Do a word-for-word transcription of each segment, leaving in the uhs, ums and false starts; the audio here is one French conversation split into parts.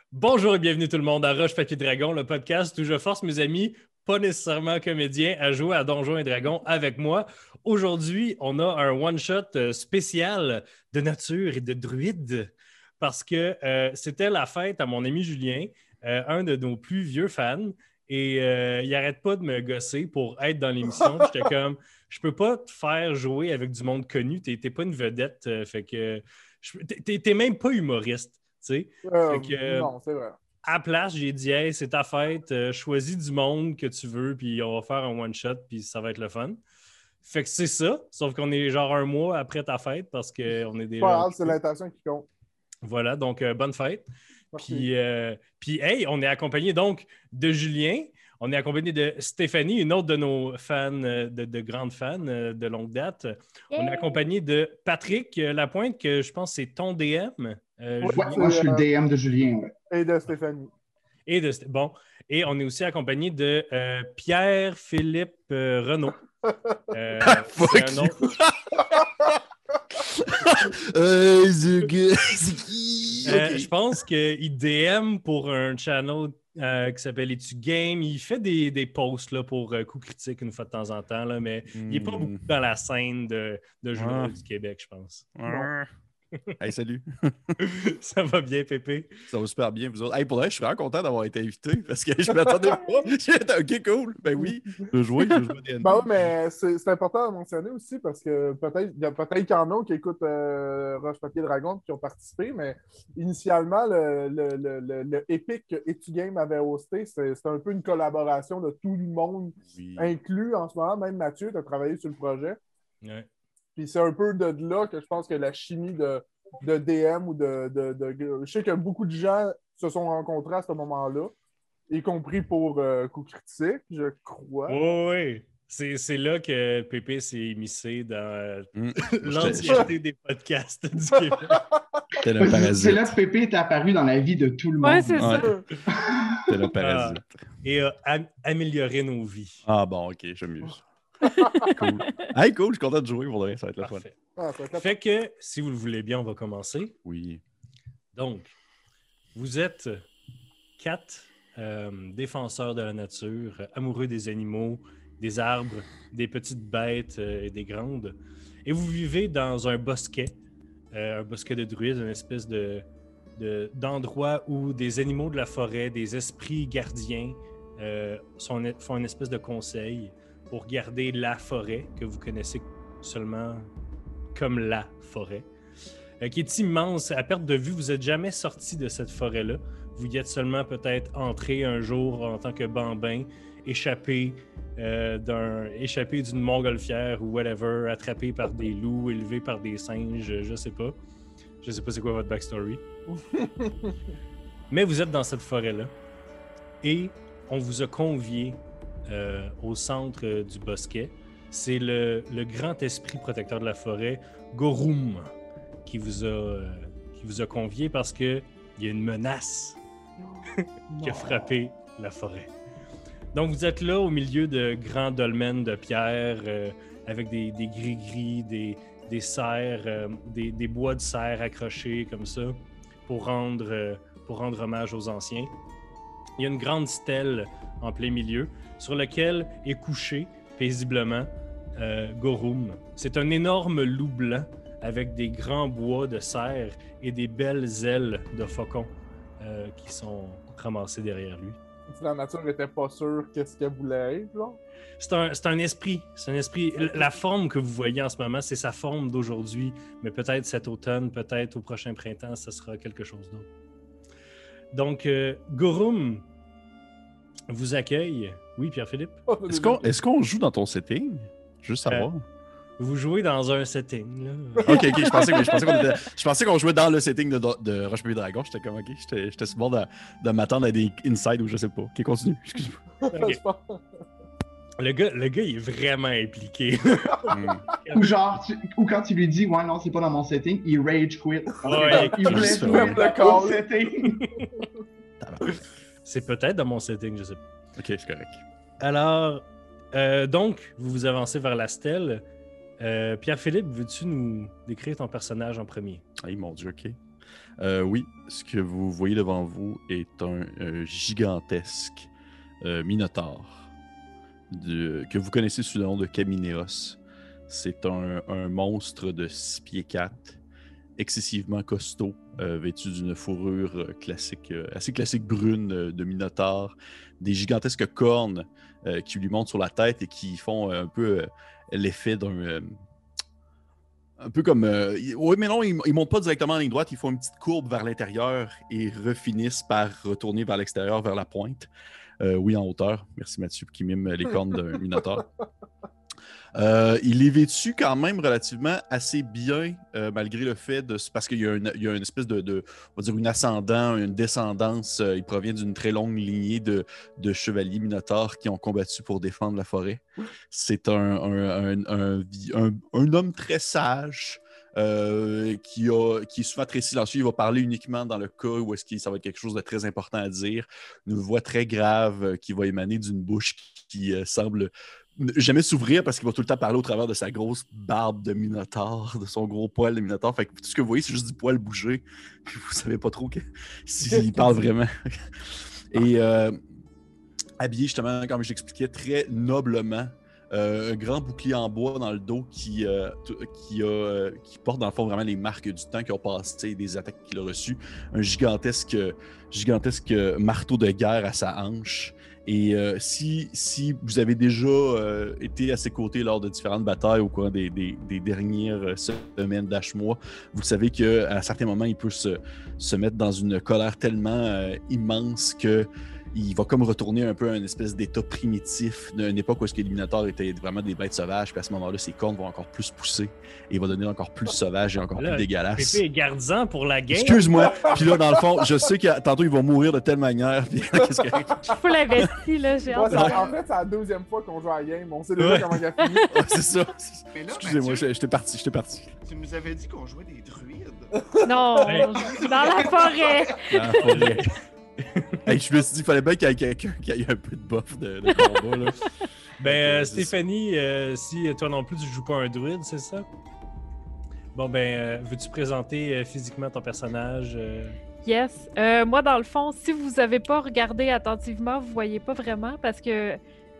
Bonjour et bienvenue tout le monde à Roche Papier Dragon, le podcast où je force mes amis, pas nécessairement comédiens, à jouer à Donjons et Dragons avec moi. Aujourd'hui, on a un one-shot spécial de nature et de druides parce que euh, c'était la fête à mon ami Julien, euh, un de nos plus vieux fans, et euh, il n'arrête pas de me gosser pour être dans l'émission. J'étais comme, je peux pas te faire jouer avec du monde connu, t'es, t'es pas une vedette, euh, fait que je, t'es, t'es même pas humoriste. Tu sais, Euh, fait que, euh, non, c'est vrai. à la place, j'ai dit, hey, c'est ta fête, euh, choisis du monde que tu veux, puis on va faire un one-shot, puis ça va être le fun. Fait que c'est ça, sauf qu'on est genre un mois après ta fête parce qu'on est déjà. Pas grave, c'est l'intention qui compte. Voilà, donc euh, bonne fête. Merci. Puis, euh, puis, hey, on est accompagné donc de Julien, on est accompagné de Stéphanie, une autre de nos fans, de, de grandes fans euh, de longue date. Yeah. On est accompagné de Patrick Lapointe, que je pense que c'est ton D M. Euh, ouais, Julien. Moi, je suis le D M de Julien. Ouais. Et de Stéphanie. Et de, bon, et on est aussi accompagné de euh, Pierre-Philippe euh, Renaud. Euh, Fuck c'est un autre. euh, c'est qui? Euh, okay. Je pense qu'il D M pour un channel euh, qui s'appelle Etu Game. Il fait des, des posts là, pour euh, Coup Critique une fois de temps en temps, là, mais mm. il n'est pas beaucoup dans la scène de, de jeux ah. du Québec, je pense. Ah. Hey, salut! Ça va bien, Pépé? Ça va super bien, vous autres. Hey, pour vrai, je suis vraiment content d'avoir été invité parce que je ne m'attendais pas. J'étais OK, cool. Ben oui, je veux jouer, je veux jouer D and D. Ben oui, mais c'est, c'est important à mentionner aussi parce que peut-être il y a peut-être qu'il y en a qui écoutent euh, Roche Papier Dragon qui ont participé, mais initialement, le, le, le, le, le Epic Etu Game avait hosté, c'était, c'était un peu une collaboration de tout le monde, oui. inclus en ce moment. Même Mathieu, tu as travaillé sur le projet. Ouais. Puis c'est un peu de là que je pense que la chimie de, de D M ou de, de, de... Je sais que beaucoup de gens se sont rencontrés à ce moment-là, y compris pour euh, Coup Critique, je crois. Oh, oui, c'est, c'est là que Pépé s'est immiscé dans mmh. l'entièreté des podcasts du Québec. T'es le parasite. C'est là que Pépé est apparu dans la vie de tout le monde. Ouais, c'est ça. Ouais. T'es le parasite. Ah, et a am- amélioré nos vies. Ah bon, OK, je m'amuse. Cool. Hey, cool, je suis content de jouer pour vrai, ça va être la fun. Ah, ça va être la fait que, si vous le voulez bien, on va commencer. Oui. Donc, vous êtes quatre euh, défenseurs de la nature, amoureux des animaux, des arbres, des petites bêtes euh, et des grandes. Et vous vivez dans un bosquet, euh, un bosquet de druides, une espèce de, de, d'endroit où des animaux de la forêt, des esprits gardiens euh, sont, font une espèce de conseil pour garder la forêt, que vous connaissez seulement comme la forêt, euh, qui est immense. À perte de vue, vous n'êtes jamais sorti de cette forêt-là. Vous y êtes seulement peut-être entré un jour en tant que bambin, échappé, euh, d'un, échappé d'une montgolfière ou whatever, attrapé par des loups, élevé par des singes, je ne sais pas. Je ne sais pas c'est quoi votre backstory. Mais vous êtes dans cette forêt-là. Et on vous a convié Euh, au centre euh, du bosquet. C'est le, le grand esprit protecteur de la forêt, Gorum, qui vous a, euh, qui vous a convié parce qu'il y a une menace qui a frappé la forêt. Donc vous êtes là au milieu de grands dolmens de pierre euh, avec des, des gris-gris, des, des serres, euh, des, des bois de serre accrochés comme ça pour rendre, euh, pour rendre hommage aux anciens. Il y a une grande stèle en plein milieu sur laquelle est couché paisiblement euh, Gorum. C'est un énorme loup blanc avec des grands bois de cerf et des belles ailes de faucon euh, qui sont ramassées derrière lui. Si la nature n'était pas sûre qu'est-ce qu'elle voulait être, là. C'est un, c'est un esprit. C'est un esprit. La forme que vous voyez en ce moment, c'est sa forme d'aujourd'hui, mais peut-être cet automne, peut-être au prochain printemps, ça sera quelque chose d'autre. Donc, euh, Gorum vous accueille. Oui, Pierre-Philippe? Est-ce qu'on, est-ce qu'on joue dans ton setting? Juste savoir. Euh, vous jouez dans un setting, là. OK, OK, je pensais, je pensais, qu'on, était, je pensais qu'on jouait dans le setting de, de Roche Papier Dragon. J'étais comme, OK, j'étais, j'étais sur le bord de, de m'attendre à des insides ou je sais pas. OK, continue, excuse-moi. Okay. Le gars, le gars, il est vraiment impliqué. Ou genre, tu, ou quand tu lui dis, ouais, non, c'est pas dans mon setting, il rage quit. Ouais, il voulait jouer dans le setting. C'est peut-être dans mon setting, je sais pas. Ok, c'est correct. Alors, euh, donc, vous vous avancez vers la stèle. Euh, Pierre-Philippe, veux-tu nous décrire ton personnage en premier? Hey, mon Dieu, ok. Euh, oui, ce que vous voyez devant vous est un euh, gigantesque euh, minotaure de- que vous connaissez sous le nom de Caminéos. C'est un, un monstre de six pieds quatre, excessivement costaud, euh, vêtu d'une fourrure euh, classique, euh, assez classique brune euh, de minotaure, des gigantesques cornes euh, qui lui montent sur la tête et qui font euh, un peu euh, l'effet d'un... euh, un peu comme... euh, il- oui, mais non, ils ne montent pas directement en ligne droite, ils font une petite courbe vers l'intérieur et refinissent par retourner vers l'extérieur, vers la pointe. Euh, oui, en hauteur. Merci Mathieu qui mime les cornes d'un minotaure. Euh, il est vêtu quand même relativement assez bien, euh, malgré le fait de... Parce qu'il y a une, il y a une espèce de, de... On va dire une ascendant, une descendance. Euh, il provient d'une très longue lignée de, de chevaliers minotaures qui ont combattu pour défendre la forêt. C'est un, un, un, un, un, un homme très sage, euh, qui, a, qui est souvent très silencieux. Il va parler uniquement dans le cas où est-ce que ça va être quelque chose de très important à dire. Une voix très grave euh, qui va émaner d'une bouche qui, qui euh, semble jamais s'ouvrir parce qu'il va tout le temps parler au travers de sa grosse barbe de minotaure, de son gros poil de minotaure. Fait que tout ce que vous voyez, c'est juste du poil bouger. Puis vous savez pas trop que... s'il parle vraiment. Et euh, habillé justement, comme j'expliquais, très noblement. Euh, un grand bouclier en bois dans le dos qui, euh, t- qui, a, euh, qui porte dans le fond vraiment les marques du temps qui ont passé, des attaques qu'il a reçues. Un gigantesque, gigantesque marteau de guerre à sa hanche. Et euh, si, si vous avez déjà euh, été à ses côtés lors de différentes batailles au cours des, des, des dernières semaines d'Ashmois, vous savez qu'à certains moments, il peut se, se mettre dans une colère tellement euh, immense que il va comme retourner un peu à une espèce d'état primitif d'une époque où est-ce que les Minotaures étaient vraiment des bêtes sauvages, puis à ce moment-là, ses cornes vont encore plus pousser et il va devenir encore plus sauvage et encore Là, plus dégueulasse. Pépé est gardant pour la game. Excuse-moi. Puis là, dans le fond, je sais que tantôt, ils vont mourir de telle manière. Puis qu'est-ce que... Faut l'investir, là, j'ai Ouais, hâte. ça- de- en fait, c'est la deuxième fois qu'on joue à la game. On sait déjà Ouais. comment il a fini. Ah, c'est ça. Mais là, Excusez-moi, Mathieu, j'étais parti, j'étais parti. tu nous avais dit qu'on jouait des druides. Non, Ouais. je suis dans la forêt. Ah, faut bien. Hey, je me suis dit, il fallait bien qu'il y ait quelqu'un qui ait un peu de buff de, de combat. Là. Ben, euh, Ouais, c'est Stéphanie, euh, si toi non plus tu joues pas un druide, c'est ça? Bon, ben, euh, veux-tu présenter euh, physiquement ton personnage? euh? Yes. Euh, moi, dans le fond, si vous avez pas regardé attentivement, vous voyez pas vraiment parce que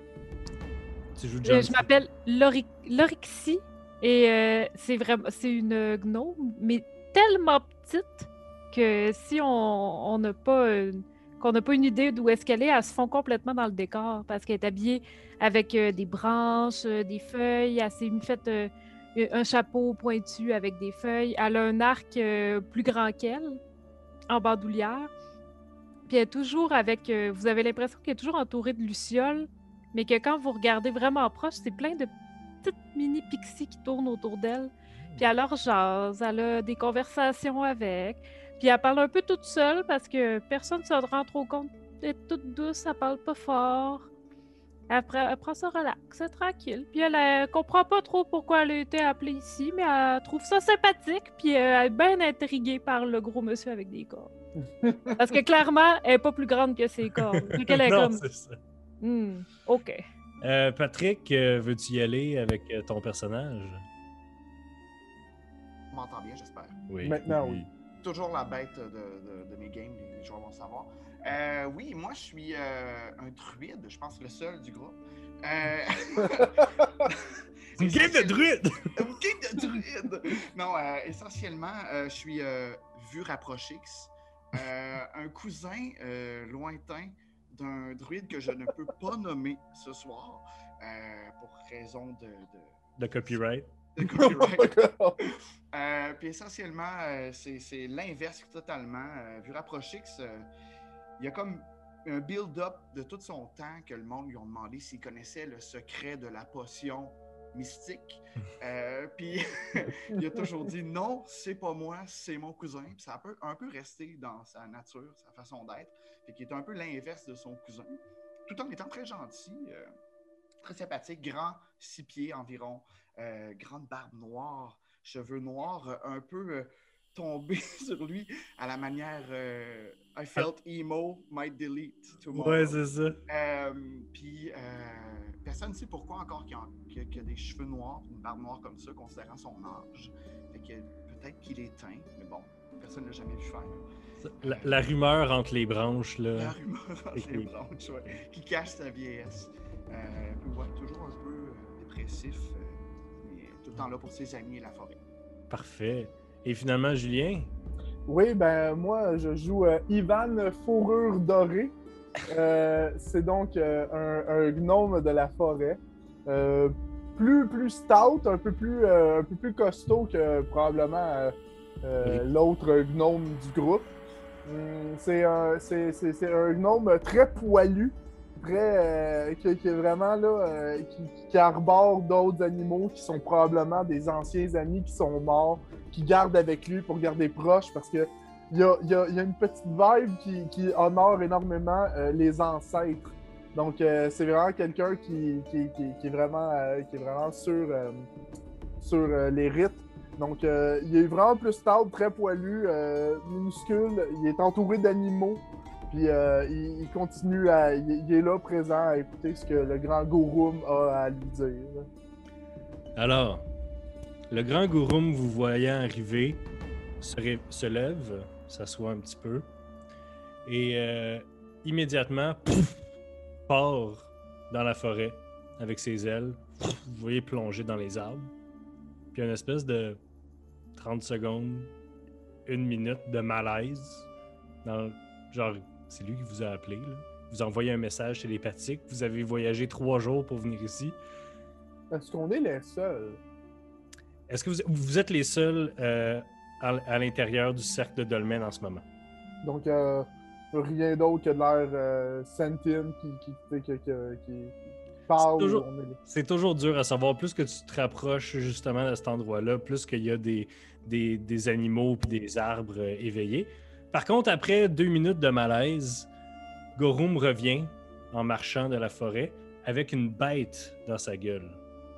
Tu joues euh, John? je m'appelle Lori- Lorixie et euh, c'est vraiment c'est une gnome, mais tellement petite que si on on n'a pas une- qu'on n'a pas une idée d'où est-ce qu'elle est, elle se fond complètement dans le décor parce qu'elle est habillée avec euh, des branches, euh, des feuilles. Elle s'est fait euh, un chapeau pointu avec des feuilles. Elle a un arc euh, plus grand qu'elle, en bandoulière. Puis elle est toujours avec... euh, vous avez l'impression qu'elle est toujours entourée de lucioles, mais que quand vous regardez vraiment proche, c'est plein de petites mini pixies qui tournent autour d'elle. Puis elle leur jase, elle a des conversations avec. Puis elle parle un peu toute seule parce que personne ne se rend trop compte. Elle est toute douce, elle parle pas fort. Elle, pre- elle prend ça relax, c'est tranquille. Puis elle, elle comprend pas trop pourquoi elle a été appelée ici, mais elle trouve ça sympathique. Puis euh, elle est bien intriguée par le gros monsieur avec des cornes. Parce que clairement, elle est pas plus grande que ses cornes. Fait qu'elle est Non, comme, c'est ça. Hmm, ok. Euh, Patrick, euh, veux-tu y aller avec euh, ton personnage? On m'entend bien, j'espère. Oui. Maintenant, oui. Toujours la bête de, de- de mes games, les, les joueurs vont savoir. Euh, oui, moi, je suis euh, un druide, je pense le seul du groupe. Euh... Une game de druide! Une game de druide! Non, euh, essentiellement, euh, je suis euh, Vuraprochix, euh, un cousin euh, lointain d'un druide que je ne peux pas nommer ce soir euh, pour raison de, de, De copyright. de copyright. Euh, puis essentiellement, euh, c'est, c'est l'inverse totalement. Euh, Vuraprochix, euh, il y a comme un build-up de tout son temps que le monde lui a demandé s'il connaissait le secret de la potion mystique. Euh, puis il a toujours dit non, c'est pas moi, c'est mon cousin. Puis ça peut un peu rester dans sa nature, sa façon d'être. Fait qu'il est un peu l'inverse de son cousin, tout en étant très gentil, euh, très sympathique, grand, six pieds environ, euh, grande barbe noire, cheveux noirs, euh, un peu euh, tombés sur lui à la manière euh, I felt emo, might delete tomorrow. Ouais, c'est ça. Euh, Puis, euh, personne ne sait pourquoi encore qu'il a, qu'il a- qu'il a des cheveux noirs, une barbe noire comme ça, considérant son âge. Fait que peut-être qu'il est teint, mais bon, personne ne l'a jamais vu faire. La, la rumeur entre les branches, là. La rumeur entre les branches, ouais, qui cache sa vieillesse. Euh, puis ouais, toujours un peu euh, dépressif, euh, mais tout le temps là pour ses amis et la forêt. Parfait. Et finalement, Julien? Oui, ben moi, je joue euh, Ivan Fourrure Dorée. Euh, c'est donc euh, un, un gnome de la forêt. Euh, plus, plus stout, un peu plus, euh, un peu plus costaud que probablement euh, euh, Oui. l'autre gnome du groupe. Hum, c'est un, c'est, c'est, c'est un gnome très poilu, très, euh, qui, qui est vraiment là, euh, qui, qui arbore d'autres animaux qui sont probablement des anciens amis qui sont morts, qui garde avec lui pour garder proche parce que il y a, y a, y a une petite vibe qui, qui honore énormément euh, les ancêtres. Donc euh, c'est vraiment quelqu'un qui, qui, qui, qui est vraiment euh, qui est vraiment sur, euh, sur euh, les rites. Donc euh, il est vraiment plus stable, très poilu, euh, minuscule, il est entouré d'animaux. Puis euh, il, il continue à. Il, il est là présent à écouter ce que le grand Gorum a à lui dire. Alors, le grand Gouroum, vous voyant arriver, se, ré- se lève, s'assoit un petit peu, et euh, immédiatement, pouf, part dans la forêt avec ses ailes. Pouf, vous voyez plonger dans les arbres. Puis une espèce de trente secondes, une minute de malaise. Dans, genre, c'est lui qui vous a appelé. Là. Vous envoyez un message télépathique. Vous avez voyagé trois jours pour venir ici. Est-ce qu'on est les seuls? Est-ce que vous, vous êtes les seuls euh, à, à l'intérieur du cercle de Dolmen en ce moment? Donc, euh, rien d'autre que de l'air euh, sentient qui, qui, qui, qui, qui, qui parle. C'est toujours, on est... c'est toujours dur à savoir. Plus que tu te rapproches justement de cet endroit-là, plus qu'il y a des, des, des animaux et des arbres euh, éveillés. Par contre, après deux minutes de malaise, Gorum revient en marchant de la forêt avec une bête dans sa gueule.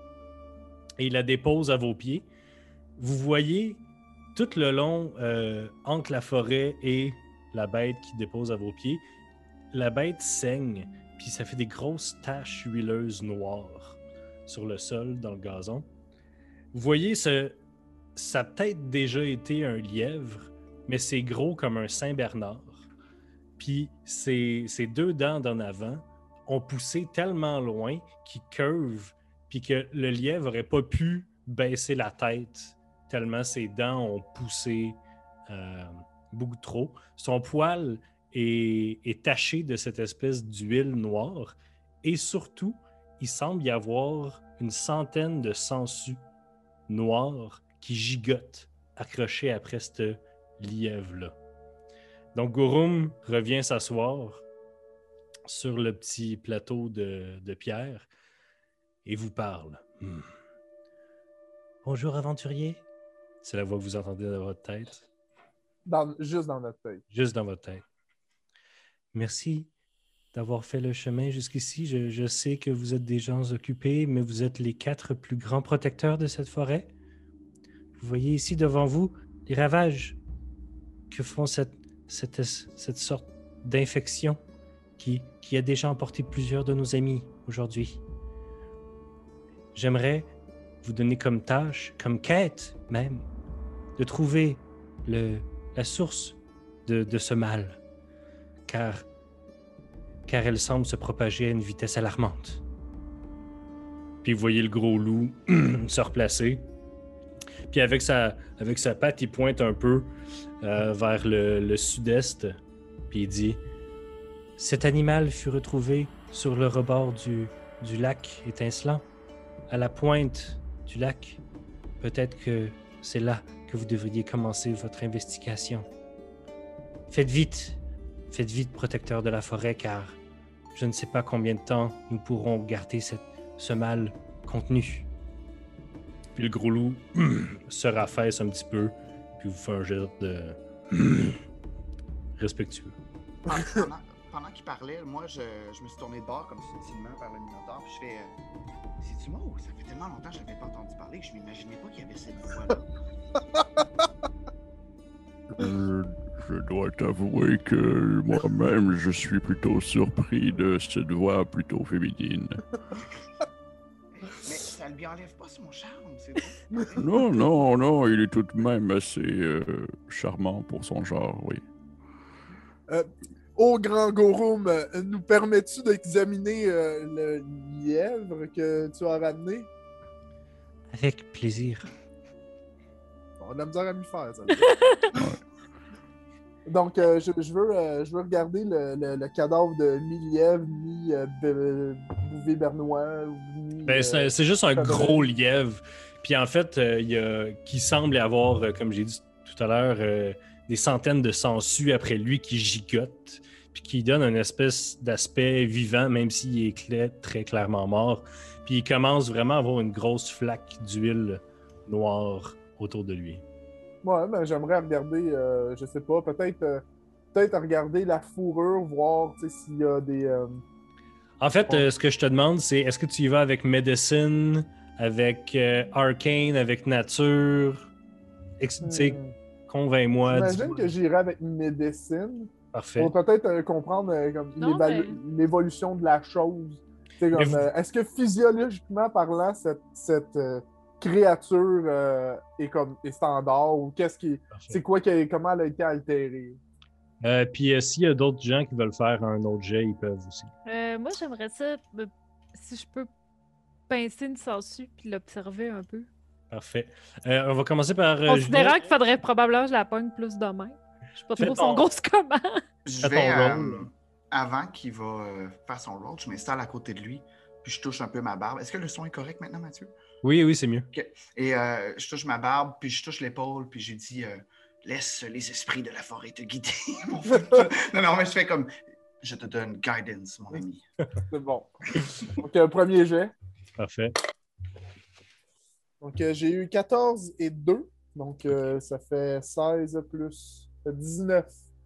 Et il la dépose à vos pieds. Vous voyez tout le long, euh, entre la forêt et la bête qui dépose à vos pieds, la bête saigne, puis ça fait des grosses taches huileuses noires sur le sol, dans le gazon. Vous voyez, ce, ça a peut-être déjà été un lièvre, mais c'est gros comme un Saint-Bernard. Puis ses, ses deux dents d'en avant ont poussé tellement loin qu'ils curvent, puis que le lièvre n'aurait pas pu baisser la tête tellement ses dents ont poussé euh, beaucoup trop. Son poil est, est taché de cette espèce d'huile noire et surtout, il semble y avoir une centaine de sangsues noires qui gigotent accrochées après ce lièvre-là. Donc Gorum revient s'asseoir sur le petit plateau de, de pierre et vous parle. Hmm. Bonjour aventurier. C'est la voix que vous entendez dans votre tête. Dans, juste dans notre tête. Juste dans votre tête. Merci d'avoir fait le chemin jusqu'ici. Je, je sais que vous êtes des gens occupés, mais vous êtes les quatre plus grands protecteurs de cette forêt. Vous voyez ici devant vous les ravages que font cette, cette, cette sorte d'infection qui, qui a déjà emporté plusieurs de nos amis aujourd'hui. J'aimerais vous donner comme tâche, comme quête même, de trouver le, la source de, de ce mal, car, car elle semble se propager à une vitesse alarmante. Puis vous voyez le gros loup se replacer, puis avec sa, avec sa patte, il pointe un peu euh, vers le, le sud-est, puis il dit « Cet animal fut retrouvé sur le rebord du, du lac étincelant, à la pointe du lac. Peut-être que c'est là que vous devriez commencer votre investigation. Faites vite, faites vite, protecteur de la forêt, car je ne sais pas combien de temps nous pourrons garder cette, ce mal contenu. » Puis le gros loup se raffaisse un petit peu, puis vous fait un geste de respectueux. Pendant, pendant qu'il parlait, moi, je, je me suis tourné de bord comme subtilement vers le Minotaure, puis je fais euh, c'est-tu moi ou ça fait tellement longtemps que je n'avais pas entendu parler que je m'imaginais pas qu'il y avait cette voix-là. Je, je dois t'avouer que moi-même, je suis plutôt surpris de cette voix plutôt féminine. Mais ça le lui enlève pas son charme, c'est tout. Non, non, non, il est tout de même assez euh, charmant pour son genre, oui. Euh, Ô grand Gorum, euh, nous permets-tu d'examiner euh, le lièvre que tu as ramené? Avec plaisir. On a de la misère à m'y faire, ça. Donc, euh, je, je, veux, euh, je veux regarder le, le, le cadavre de mi-lièvre, mi-bouvier bernois. Mi, Ben, c'est, euh, c'est juste un Favorel. gros lièvre. Puis en fait, euh, il y a, qui semble avoir, euh, comme j'ai dit tout à l'heure, euh, des centaines de sangsues après lui qui gigotent, puis qui donnent une espèce d'aspect vivant, même s'il est cla- très clairement mort. Puis il commence vraiment à avoir une grosse flaque d'huile noire autour de lui. Ouais, ben, j'aimerais regarder, euh, je sais pas, peut-être euh, peut-être regarder la fourrure, voir tu sais, s'il y a des. euh, En fait, Bon. euh, ce que je te demande, c'est est-ce que tu y vas avec Medicine, avec euh, Arcane, avec Nature? Ex- tu sais, hmm. convainc-moi. J'imagine dis-moi. que j'irai avec médecine Parfait. pour peut-être euh, comprendre euh, comme Non, l'évalu- mais- l'évolution de la chose. Tu sais, Mais comme, vous- euh, est-ce que physiologiquement parlant, cette, cette euh, créature euh, est comme est standard ou qu'est-ce qui. Parfait. C'est quoi qui, comment elle a été altérée? Euh, puis euh, s'il y a d'autres gens qui veulent faire un autre jet, ils peuvent aussi. Euh, moi, j'aimerais ça, me- si je peux pincer une sangsue puis l'observer un peu. Parfait. Euh, on va commencer par. euh, Considérant Julien. qu'il faudrait probablement que je la pogne plus demain. Je sais pas Fais trop ton- son grosse comment. Je Fais vais, ton euh, roll. avant qu'il va euh, faire son roll, je m'installe à côté de lui, puis je touche un peu ma barbe. Est-ce que le son est correct maintenant, Mathieu? Oui, oui, c'est mieux. Et euh, je touche ma barbe, puis je touche l'épaule, puis j'ai dit euh, laisse les esprits de la forêt te guider. mon frère. non, non, mais je fais comme je te donne guidance, mon ami. C'est bon. Donc, euh, premier jet. Parfait. Donc, euh, j'ai eu quatorze et deux. Donc, euh, ça fait seize plus ça fait dix-neuf.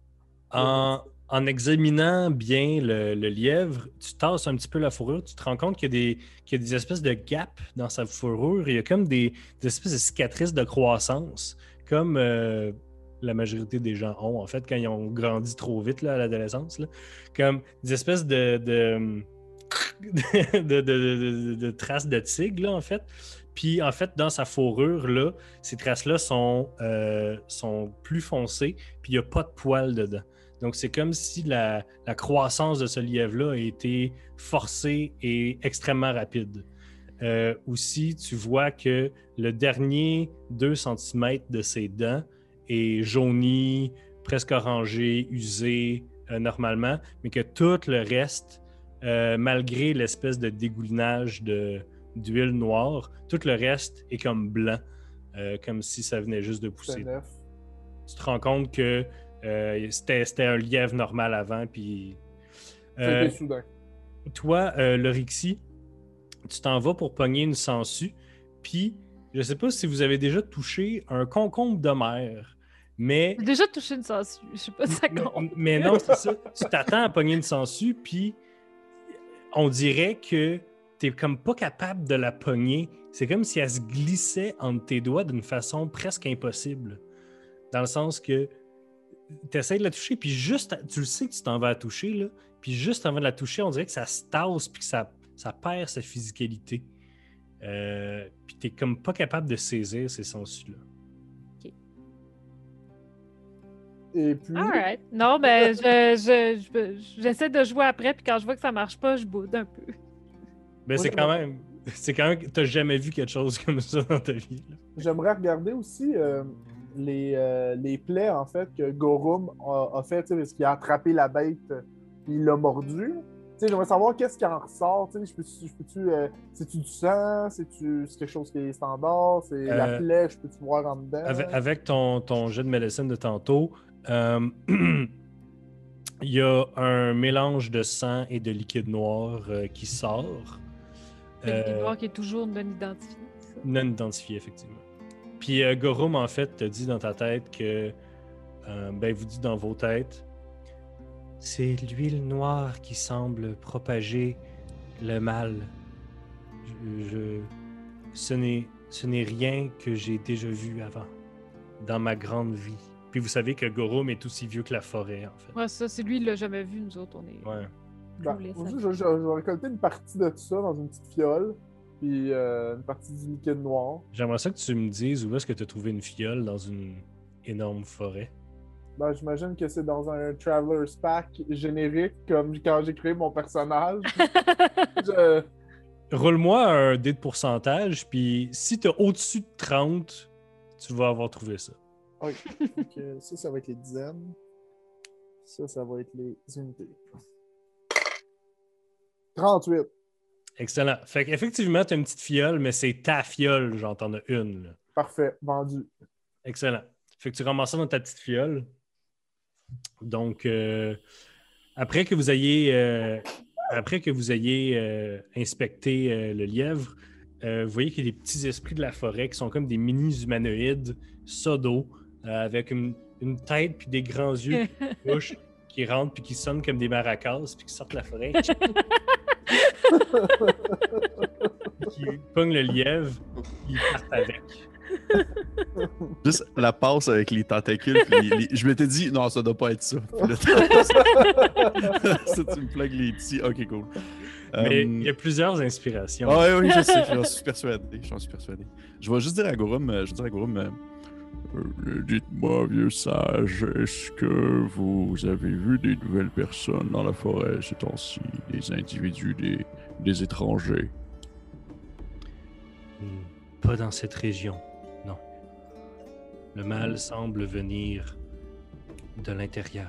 En, en examinant bien le, le lièvre, tu tasses un petit peu la fourrure, tu te rends compte qu'il y a des, qu'il y a des espèces de gaps dans sa fourrure. Il y a comme des, des espèces de cicatrices de croissance, comme euh, la majorité des gens ont, en fait, quand ils ont grandi trop vite là, à l'adolescence. Là. Comme des espèces de, de, de, de, de- de- de traces de tigre, là, en fait. Puis, en fait, dans sa fourrure, là, ces traces-là sont, euh, sont plus foncées, puis il n'y a pas de poils dedans. Donc, c'est comme si la, la croissance de ce lièvre-là a été forcée et extrêmement rapide. Euh, aussi, tu vois que le dernier deux centimètres de ses dents est jauni, presque orangé, usé euh, normalement, mais que tout le reste, euh, malgré l'espèce de dégoulinage de, d'huile noire, tout le reste est comme blanc, euh, comme si ça venait juste de C'est pousser. neuf. Tu te rends compte que euh, c'était, c'était un lièvre normal avant, puis... euh, C'était soudain. toi, euh, Lorixie, tu t'en vas pour pogner une sangsue, puis je sais pas si vous avez déjà touché un concombre de mer, mais... J'ai déjà touché une sangsue. Je sais pas si ça mais, compte. mais non, c'est ça. Tu t'attends à pogner une sangsue, puis on dirait que t'es comme pas capable de la pogner. C'est comme si elle se glissait entre tes doigts d'une façon presque impossible. Dans le sens que tu essaies de la toucher, puis juste, tu le sais que tu t'en vas la toucher, là, puis juste avant de la toucher, on dirait que ça se tasse, puis que ça, ça perd sa physicalité. Euh, puis t'es comme pas capable de saisir ces sangsues-là. Et puis, Alright. Non, mais je, je, je- j'essaie de jouer après, puis quand je vois que ça marche pas, je boude un peu. Ben, c'est Ouais, quand ouais. même... C'est quand même... T'as jamais vu quelque chose comme ça dans ta vie, là. j'aimerais regarder aussi euh, les, euh, les plaies, en fait, que Gorum a, a fait, tu sais, parce qu'il a attrapé la bête, euh, puis il l'a mordu. Tu sais, j'aimerais savoir qu'est-ce qui en ressort. Tu sais, je peux-tu, je peux-tu, euh, c'est-tu du sang? C'est-tu c'est quelque chose qui est standard? C'est la Euh, plaie, je peux-tu voir en dedans? Avec, avec ton, ton jet de médecine de tantôt, euh, il y a un mélange de sang et de liquide noir euh, qui sort. Le liquide Euh, noir qui est toujours non identifié. ça. non identifié, effectivement. Puis euh, Gorum, en fait, te dit dans ta tête que... euh, ben, vous dit dans vos têtes, c'est l'huile noire qui semble propager le mal. Je, je- ce n'est, ce n'est rien que j'ai déjà vu avant, dans ma grande vie. Puis vous savez que Gorum est aussi vieux que la forêt, en fait. Ouais, ça, c'est lui, il l'a jamais vu, nous autres, on est. Ouais. Ben, Roulé, ça. je, je- je vais récolter une partie de tout ça dans une petite fiole. puis euh, une partie du liquide noir. J'aimerais ça que tu me dises où est-ce que tu as trouvé une fiole dans une énorme forêt. Ben, j'imagine que c'est dans un Traveler's Pack générique, comme quand j'ai créé mon personnage. Je- Roule-moi un dé de pourcentage, puis si tu as au-dessus de trente, tu vas avoir trouvé ça. Oui. Donc, euh, ça, ça va être les dizaines. Ça, ça va être les unités. trente-huit. Excellent. Fait qu'effectivement, tu as une petite fiole, mais c'est ta fiole, genre t'en as une. Là. Parfait, vendu. Excellent. Fait que tu ramasses ça dans ta petite fiole. Donc, euh, après que vous ayez, euh, après que vous ayez euh, inspecté euh, le lièvre, euh, vous voyez qu'il y a des petits esprits de la forêt qui sont comme des mini-humanoïdes sodos euh, avec une, une tête puis des grands yeux puis une bouche qui rentrent puis qui sonnent comme des maracas puis qui sortent de la forêt. Qui pognent le lièvre puis ils partent avec. Juste la passe avec les tentacules. Puis les- les- Je m'étais dit, non, ça doit pas être ça. Puis là, ça, tu me plagues les petits. Ok, cool. Mais Euh, il y a plusieurs inspirations. Ah oui, oui, je sais, j'en suis persuadé. J'en suis persuadé. Je vais juste dire à Gorum, euh, je vais dire à Gorum, euh, euh, dites-moi, vieux sage, est-ce que vous avez vu des nouvelles personnes dans la forêt ces temps-ci, des individus, des, des étrangers? Hmm, Pas dans cette région, non. Le mal semble venir de l'intérieur.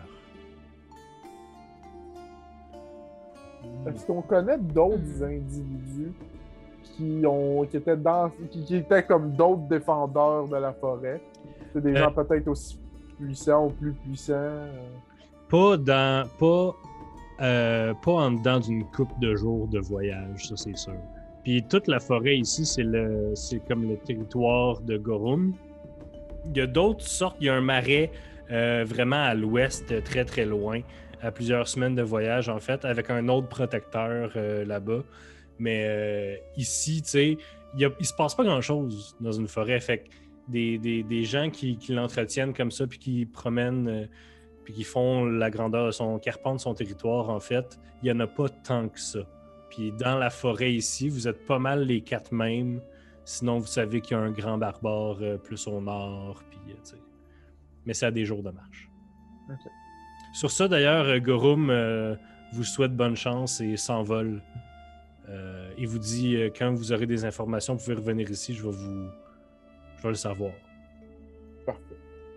Est-ce qu'on connaît d'autres individus qui ont qui étaient dans qui, qui étaient comme d'autres défendeurs de la forêt? C'est des Euh. gens peut-être aussi puissants ou plus puissants. euh. Pas dans. Pas, euh, pas en dedans d'une couple de jours de voyage, ça c'est sûr. Puis toute la forêt ici, c'est le c'est comme le territoire de Gorum. Il y a d'autres sortes, il y a un marais euh, vraiment à l'ouest, très très loin, à plusieurs semaines de voyage en fait, avec un autre protecteur euh, là-bas. Mais euh, ici, tu sais, il y a- il se passe pas grand-chose dans une forêt. Fait que des, des, des gens qui, qui l'entretiennent comme ça, puis qui promènent, euh, puis qui font la grandeur de son, qui arpentent son territoire, en fait, il y en a pas tant que ça. Puis dans la forêt ici, vous êtes pas mal les quatre mêmes. Sinon, vous savez qu'il y a un grand barbare euh, plus au nord, puis euh, tu sais. Mais c'est à des jours de marche. Ok. Sur ça, d'ailleurs, euh, Gorum euh, vous souhaite bonne chance et s'envole. Euh, il vous dit, euh, quand vous aurez des informations, vous pouvez revenir ici, je vais vous... Je vais le savoir. Parfait.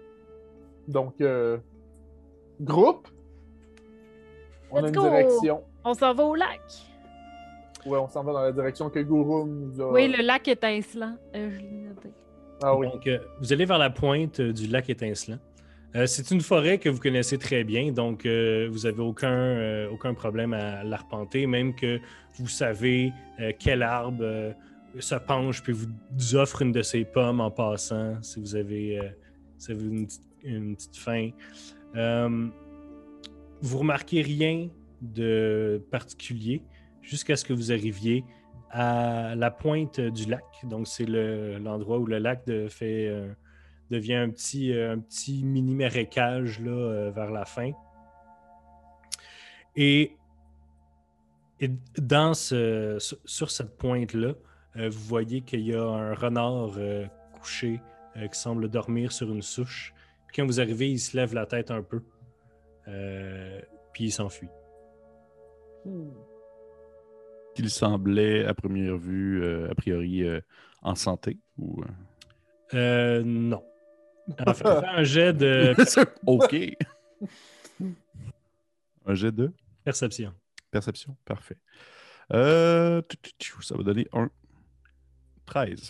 Donc, euh, groupe, on a Let's une go! direction. On s'en va au lac. Ouais, on s'en va dans la direction que Gurum nous a. Oui, le lac étincelant. Euh, je l'ai noté. Ah oui. Donc, euh, vous allez vers la pointe euh, du lac étincelant. Euh, c'est une forêt que vous connaissez très bien, donc euh, vous n'avez aucun, euh, aucun problème à l'arpenter, même que vous savez euh, quel arbre euh, se penche puis vous offre une de ses pommes en passant, si vous avez, euh, si vous avez une, petite, une petite faim. Euh, vous remarquez rien de particulier jusqu'à ce que vous arriviez à la pointe du lac. Donc, c'est le, l'endroit où le lac de, fait, euh, devient un petit, euh, un petit mini marécage là, euh, vers la fin. Et, et dans ce, sur, sur cette pointe-là, euh, vous voyez qu'il y a un renard euh, couché euh, qui semble dormir sur une souche. Puis quand vous arrivez, il se lève la tête un peu. Euh, puis il s'enfuit. Hmm. Il semblait, à première vue, euh, a priori, euh, en santé ou... euh? Euh, non. En fait, fais un jet de OK. Un jet de perception. perception. Parfait. Euh, tu- tu- tu- ça va donner un treize.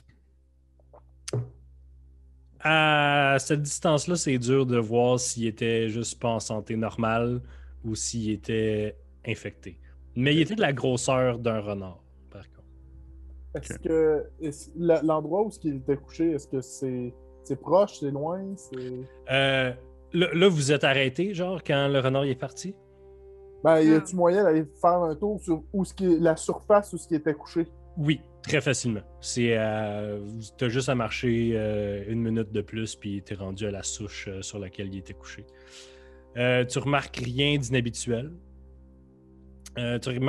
À cette distance-là, c'est dur de voir s'il était juste pas en santé normale ou s'il était infecté. Mais il était de la grosseur d'un renard, par contre. Est-ce Ok. que est-ce- la- l'endroit où il était couché, est-ce que c'est c'est proche, c'est loin, c'est. Euh, là, là, vous êtes arrêté, genre, quand le renard il est parti? Ben, y a-tu moyen d'aller faire un tour sur où ce qui est la surface où ce qui était couché? Oui, très facilement. C'est euh, t'as juste à marcher euh, une minute de plus, puis t'es rendu à la souche euh, sur laquelle il était couché. Euh, tu remarques rien d'inhabituel. Euh, tu remarques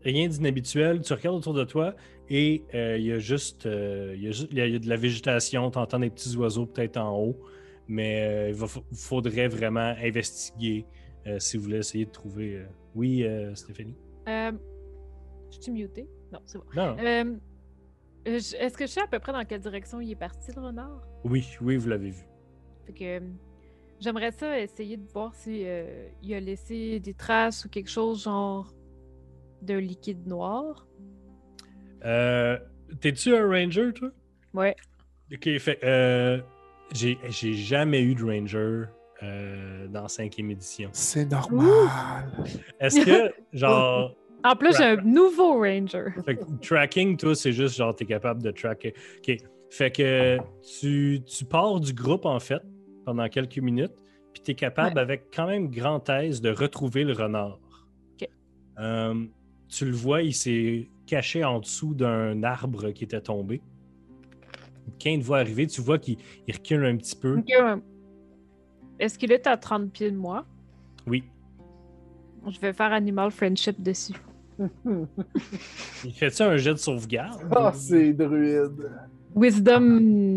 rien d'inhabituel. Tu regardes autour de toi et euh, il y a juste, euh, il y a juste il y a, il y a de la végétation. Tu entends des petits oiseaux peut-être en haut, mais euh, il va, faudrait vraiment investiguer euh, si vous voulez essayer de trouver. Euh... Oui, euh, Stéphanie? Euh, je suis mutée? Non, c'est bon. Non. Euh, je- Est-ce que je sais à peu près dans quelle direction il est parti, le renard? Oui, oui, vous l'avez vu. Fait que euh, j'aimerais ça essayer de voir si euh, il a laissé des traces ou quelque chose genre d'un liquide noir. Euh, T'es-tu un ranger, toi? Ouais. Ok, fait euh, j'ai j'ai jamais eu de ranger euh, dans cinquième édition. C'est normal. Est-ce que, genre, En plus, j'ai un nouveau ranger. fait que tracking, toi, c'est juste genre, t'es capable de tracker. Ok, fait que tu, tu pars du groupe, en fait, pendant quelques minutes, puis t'es capable, Ouais. avec quand même grande aise, de retrouver le renard. Ok. Euh, tu le vois, il s'est caché en dessous d'un arbre qui était tombé. Quand il te voit arriver, tu vois qu'il il recule un petit peu. Ok, ouais. Est-ce qu'il est à trente pieds de moi? Oui. Je vais faire Animal Friendship dessus. Il fait-tu un jet de sauvegarde? Ah, c'est druide. Wisdom.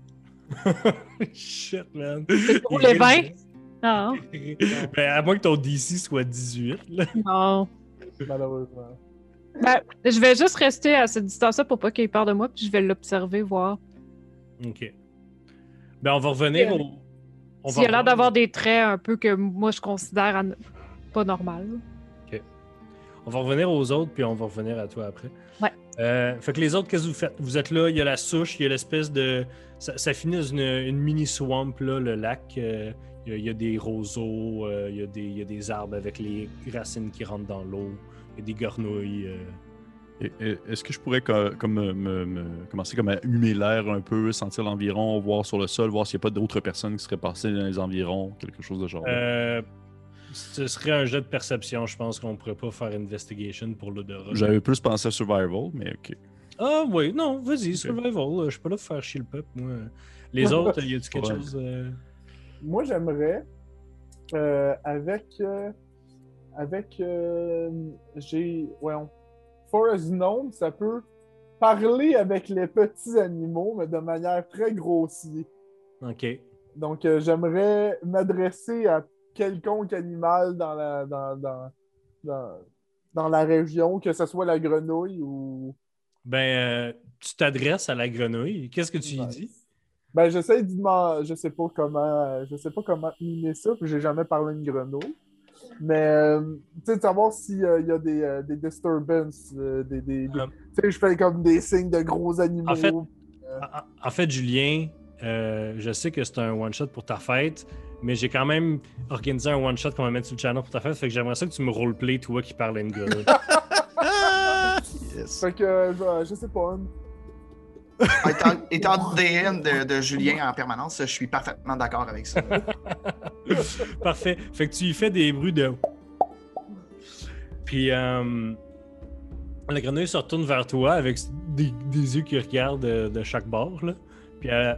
Shit, man. Pour les vingt? Non. Ben, à moins que ton D C soit dix-huit. Là. Non. Malheureusement. Ben, je vais juste rester à cette distance-là pour pas qu'il ait peur de moi, puis je vais l'observer, voir. OK. Ben, on va revenir Yeah. au... on S'il a va l'air revenir- d'avoir des traits un peu que moi je considère an- pas normal. On va revenir aux autres, puis on va revenir à toi après. Ouais. Euh, fait que les autres, qu'est-ce que vous faites? Vous êtes là, il y a la souche, il y a l'espèce de... Ça, ça finit dans une, une mini-swamp, là, le lac. Euh, il, y a, il y a des roseaux, euh, il, y a des, il y a des arbres avec les racines qui rentrent dans l'eau. Il y a des gornouilles. euh. Et- et- Est-ce que je pourrais co- comme, me, me- me- commencer comme à humer l'air un peu, sentir l'environ, voir sur le sol, voir s'il n'y a pas d'autres personnes qui seraient passées dans les environs, quelque chose de genre. Euh, ce serait un jet de perception, je pense qu'on pourrait pas faire investigation pour l'odorat. J'avais plus pensé à survival, mais ok. Ah oui, non, vas-y, survival. Je suis pas là pour faire chier le peuple, moi. Les autres, y a-tu quelque Ouais. chose... euh, Moi, j'aimerais, euh, avec. euh, avec. euh, j'ai. Voyons. Forest Gnome, ça peut parler avec les petits animaux, mais de manière très grossière. OK. Donc, euh, j'aimerais m'adresser à quelconque animal dans la, dans, dans, dans, dans la région, que ce soit la grenouille ou. Ben, euh, tu t'adresses à la grenouille. Qu'est-ce que tu lui Nice. dis? Ben, j'essaie de demander, je sais pas comment, je sais pas comment mimer ça, puis j'ai jamais parlé de grenouille. Mais, euh, tu sais, de savoir s'il y a des, euh, des disturbances, euh, des, des, des- Euh. tu sais, je fais comme des signes de gros animaux. En fait- En, en fait, Julien, euh, je sais que c'est un one-shot pour ta fête, mais j'ai quand même organisé un one-shot qu'on va mettre sur le channel pour ta fête, fait que j'aimerais ça que tu me roleplay, toi, qui parles à une grenouille. Yes. Fait que, euh, je, je sais pas. Étant, étant D M de, de Julien en permanence, je suis parfaitement d'accord avec ça. Parfait. Fait que tu lui fais des bruits de... Puis, euh, la grenouille se retourne vers toi avec des, des yeux qui regardent de, de chaque bord, là. Puis elle...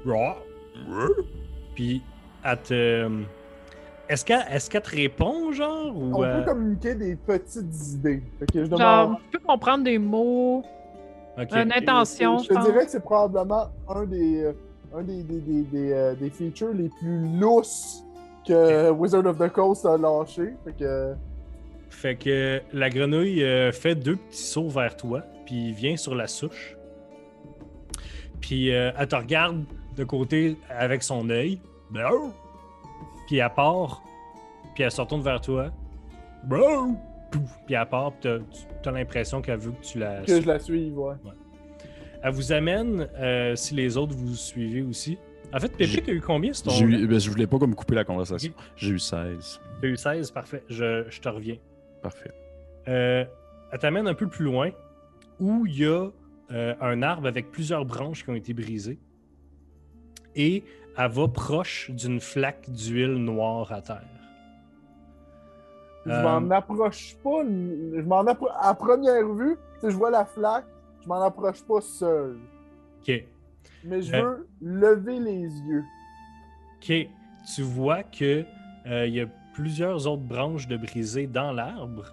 Puis, elle te... Est-ce qu'elle est-ce qu'elle te répond, genre? Ou, On euh, peut communiquer des petites idées. Fait que je demande. Genre, je peux comprendre des mots, ok. une intention, Je je te pense. dirais que c'est probablement un des, euh, un des, des, des, des, euh, des features les plus lousses que Wizard of the Coast a lâché. Fait que. Fait que la grenouille euh, fait deux petits sauts vers toi, puis vient sur la souche. Puis euh, elle te regarde de côté avec son œil. Puis elle part, puis elle se retourne vers toi. Pouf! Puis elle part, puis t'as, t'as l'impression qu'elle veut que tu la Que je la suive, ouais. Elle vous amène, euh, si les autres vous suivez aussi. En fait, Pépé, J'ai- t'as eu combien sur ton... J'ai eu- ben, je voulais pas comme couper la conversation. J'ai eu seize. T'as eu seize, parfait. Je, je te reviens. Parfait. Euh, elle t'amène un peu plus loin où il y a euh, un arbre avec plusieurs branches qui ont été brisées. Et elle va proche d'une flaque d'huile noire à terre. Je Euh, m'en approche pas. Je m'en appro- à première vue, si je vois la flaque, je m'en approche pas seul. OK. Mais je Euh. veux lever les yeux. OK. Tu vois que euh, il y a plusieurs autres branches de brisées dans l'arbre.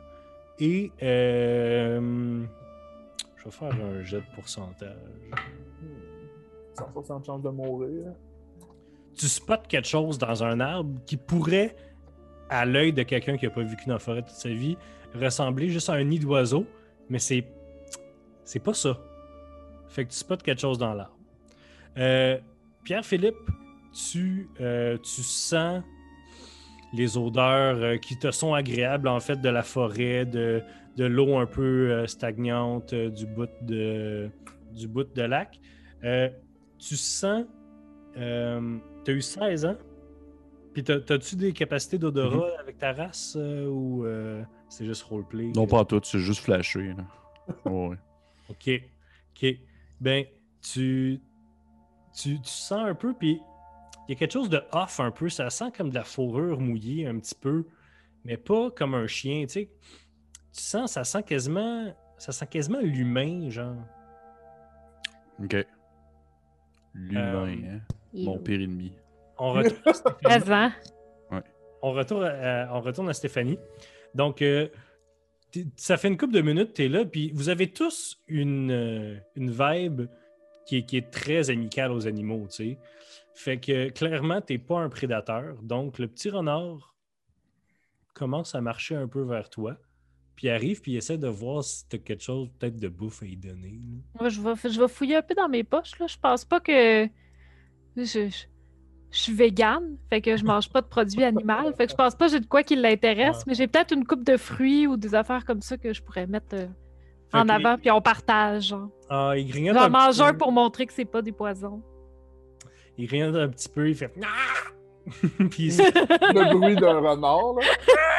Et euh, je vais faire un jet de pourcentage. cent soixante chances de mourir. Tu spots quelque chose dans un arbre qui pourrait, à l'œil de quelqu'un qui n'a pas vécu dans la forêt toute sa vie, ressembler juste à un nid d'oiseau, mais c'est c'est pas ça. Fait que tu spots quelque chose dans l'arbre. Euh, Pierre-Philippe, tu, euh, tu sens les odeurs euh, qui te sont agréables, en fait, de la forêt, de, de l'eau un peu euh, stagnante, euh, du bout de, du bout de lac. Euh, tu sens... Euh, tu as eu seize ans? Puis t'as- t'as-tu des capacités d'odorat Mm-hmm. avec ta race euh, ou euh, c'est juste roleplay? Non, pas en tout, c'est juste flashé. Là. Oh, ouais. OK. OK. Ben, tu, tu, tu sens un peu, puis il y a quelque chose de off un peu. Ça sent comme de la fourrure mouillée un petit peu, mais pas comme un chien, tu sais. Tu sens, ça sent quasiment, ça sent quasiment l'humain, genre. OK. L'humain, Euh, hein? Mon pire ennemi. On retourne à Stéphanie. Présent. On retourne à, on retourne à Stéphanie. Donc, euh, t'es- ça fait une couple de minutes, tu es là, puis vous avez tous une, euh, une vibe qui est, qui est très amicale aux animaux, tu sais. Fait que clairement, t'es pas un prédateur. Donc, le petit renard commence à marcher un peu vers toi, puis arrive, puis essaie de voir si t'as quelque chose peut-être de bouffe à y donner. là. Moi, je vais, je vais fouiller un peu dans mes poches, là. Je pense pas que... Je, je, je suis végane, fait que je mange pas de produits animaux. Fait que je pense pas que j'ai de quoi qui l'intéresse, Ouais. mais j'ai peut-être une coupe de fruits ou des affaires comme ça que je pourrais mettre euh, Fait en que avant, les- puis on partage. Genre. Ah, il grignote J'en un petit mange peu. un pour montrer que c'est pas des poisons. Il grignote un petit peu, il fait... Ah! Puis il se... Le bruit d'un renard, là.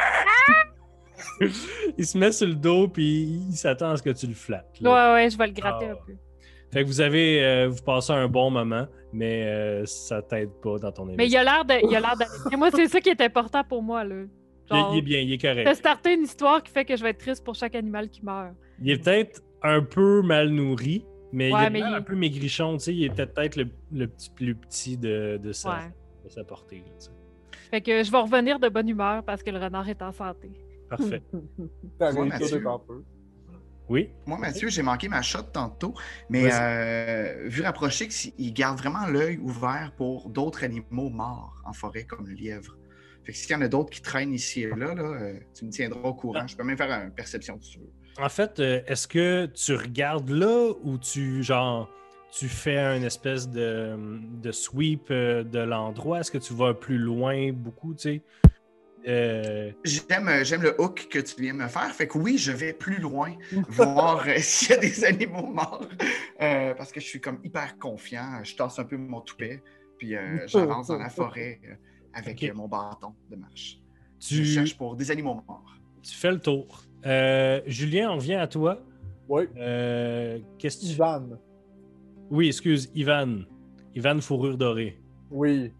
il se met sur le dos, puis il s'attend à ce que tu le flattes. là. Ouais, ouais, je vais le gratter Ah. un peu. Fait que vous avez, euh, vous passez un bon moment, mais euh, ça t'aide pas dans ton Mais il émission. a l'air de, il a l'air d'aller. Moi, c'est ça qui est important pour moi, là. Il, Genre, il est bien, il est de correct. starter une histoire qui fait que je vais être triste pour chaque animal qui meurt. Il est peut-être un peu mal nourri, mais il Ouais, est mais il- un peu maigrichon, tu sais. Il était peut-être le, le petit plus petit de, de, sa, Ouais. de sa portée. là, tu sais. Fait que je vais revenir de bonne humeur parce que le renard est en santé. Parfait. T'as Moi, réussi Mathieu. un peu. Oui? Moi, Mathieu, j'ai manqué ma shot tantôt, mais euh, vu rapprocher qu'il garde vraiment l'œil ouvert pour d'autres animaux morts en forêt, comme le lièvre. Fait que s'il y en a d'autres qui traînent ici et là, là euh, tu me tiendras au courant. Je peux même faire une perception si tu veux. En fait, euh, est-ce que tu regardes là ou tu, genre, tu fais une espèce de, de sweep euh, de l'endroit? Est-ce que tu vas plus loin, beaucoup, tu sais? Euh, J'aime, euh, j'aime le hook que tu viens de me faire. Fait que oui, je vais plus loin voir euh, s'il y a des animaux morts. Euh, parce que je suis comme hyper confiant. Je tasse un peu mon toupet. Puis euh, j'avance dans la forêt euh, avec Ok. euh, mon bâton de marche. tu, Je cherche pour des animaux morts. tu fais le tour. Euh, Julien, on revient à toi. Oui, Euh, qu'est-ce que tu... Ivan. Oui, excuse, Ivan. Ivan Fourrure Dorée. Oui.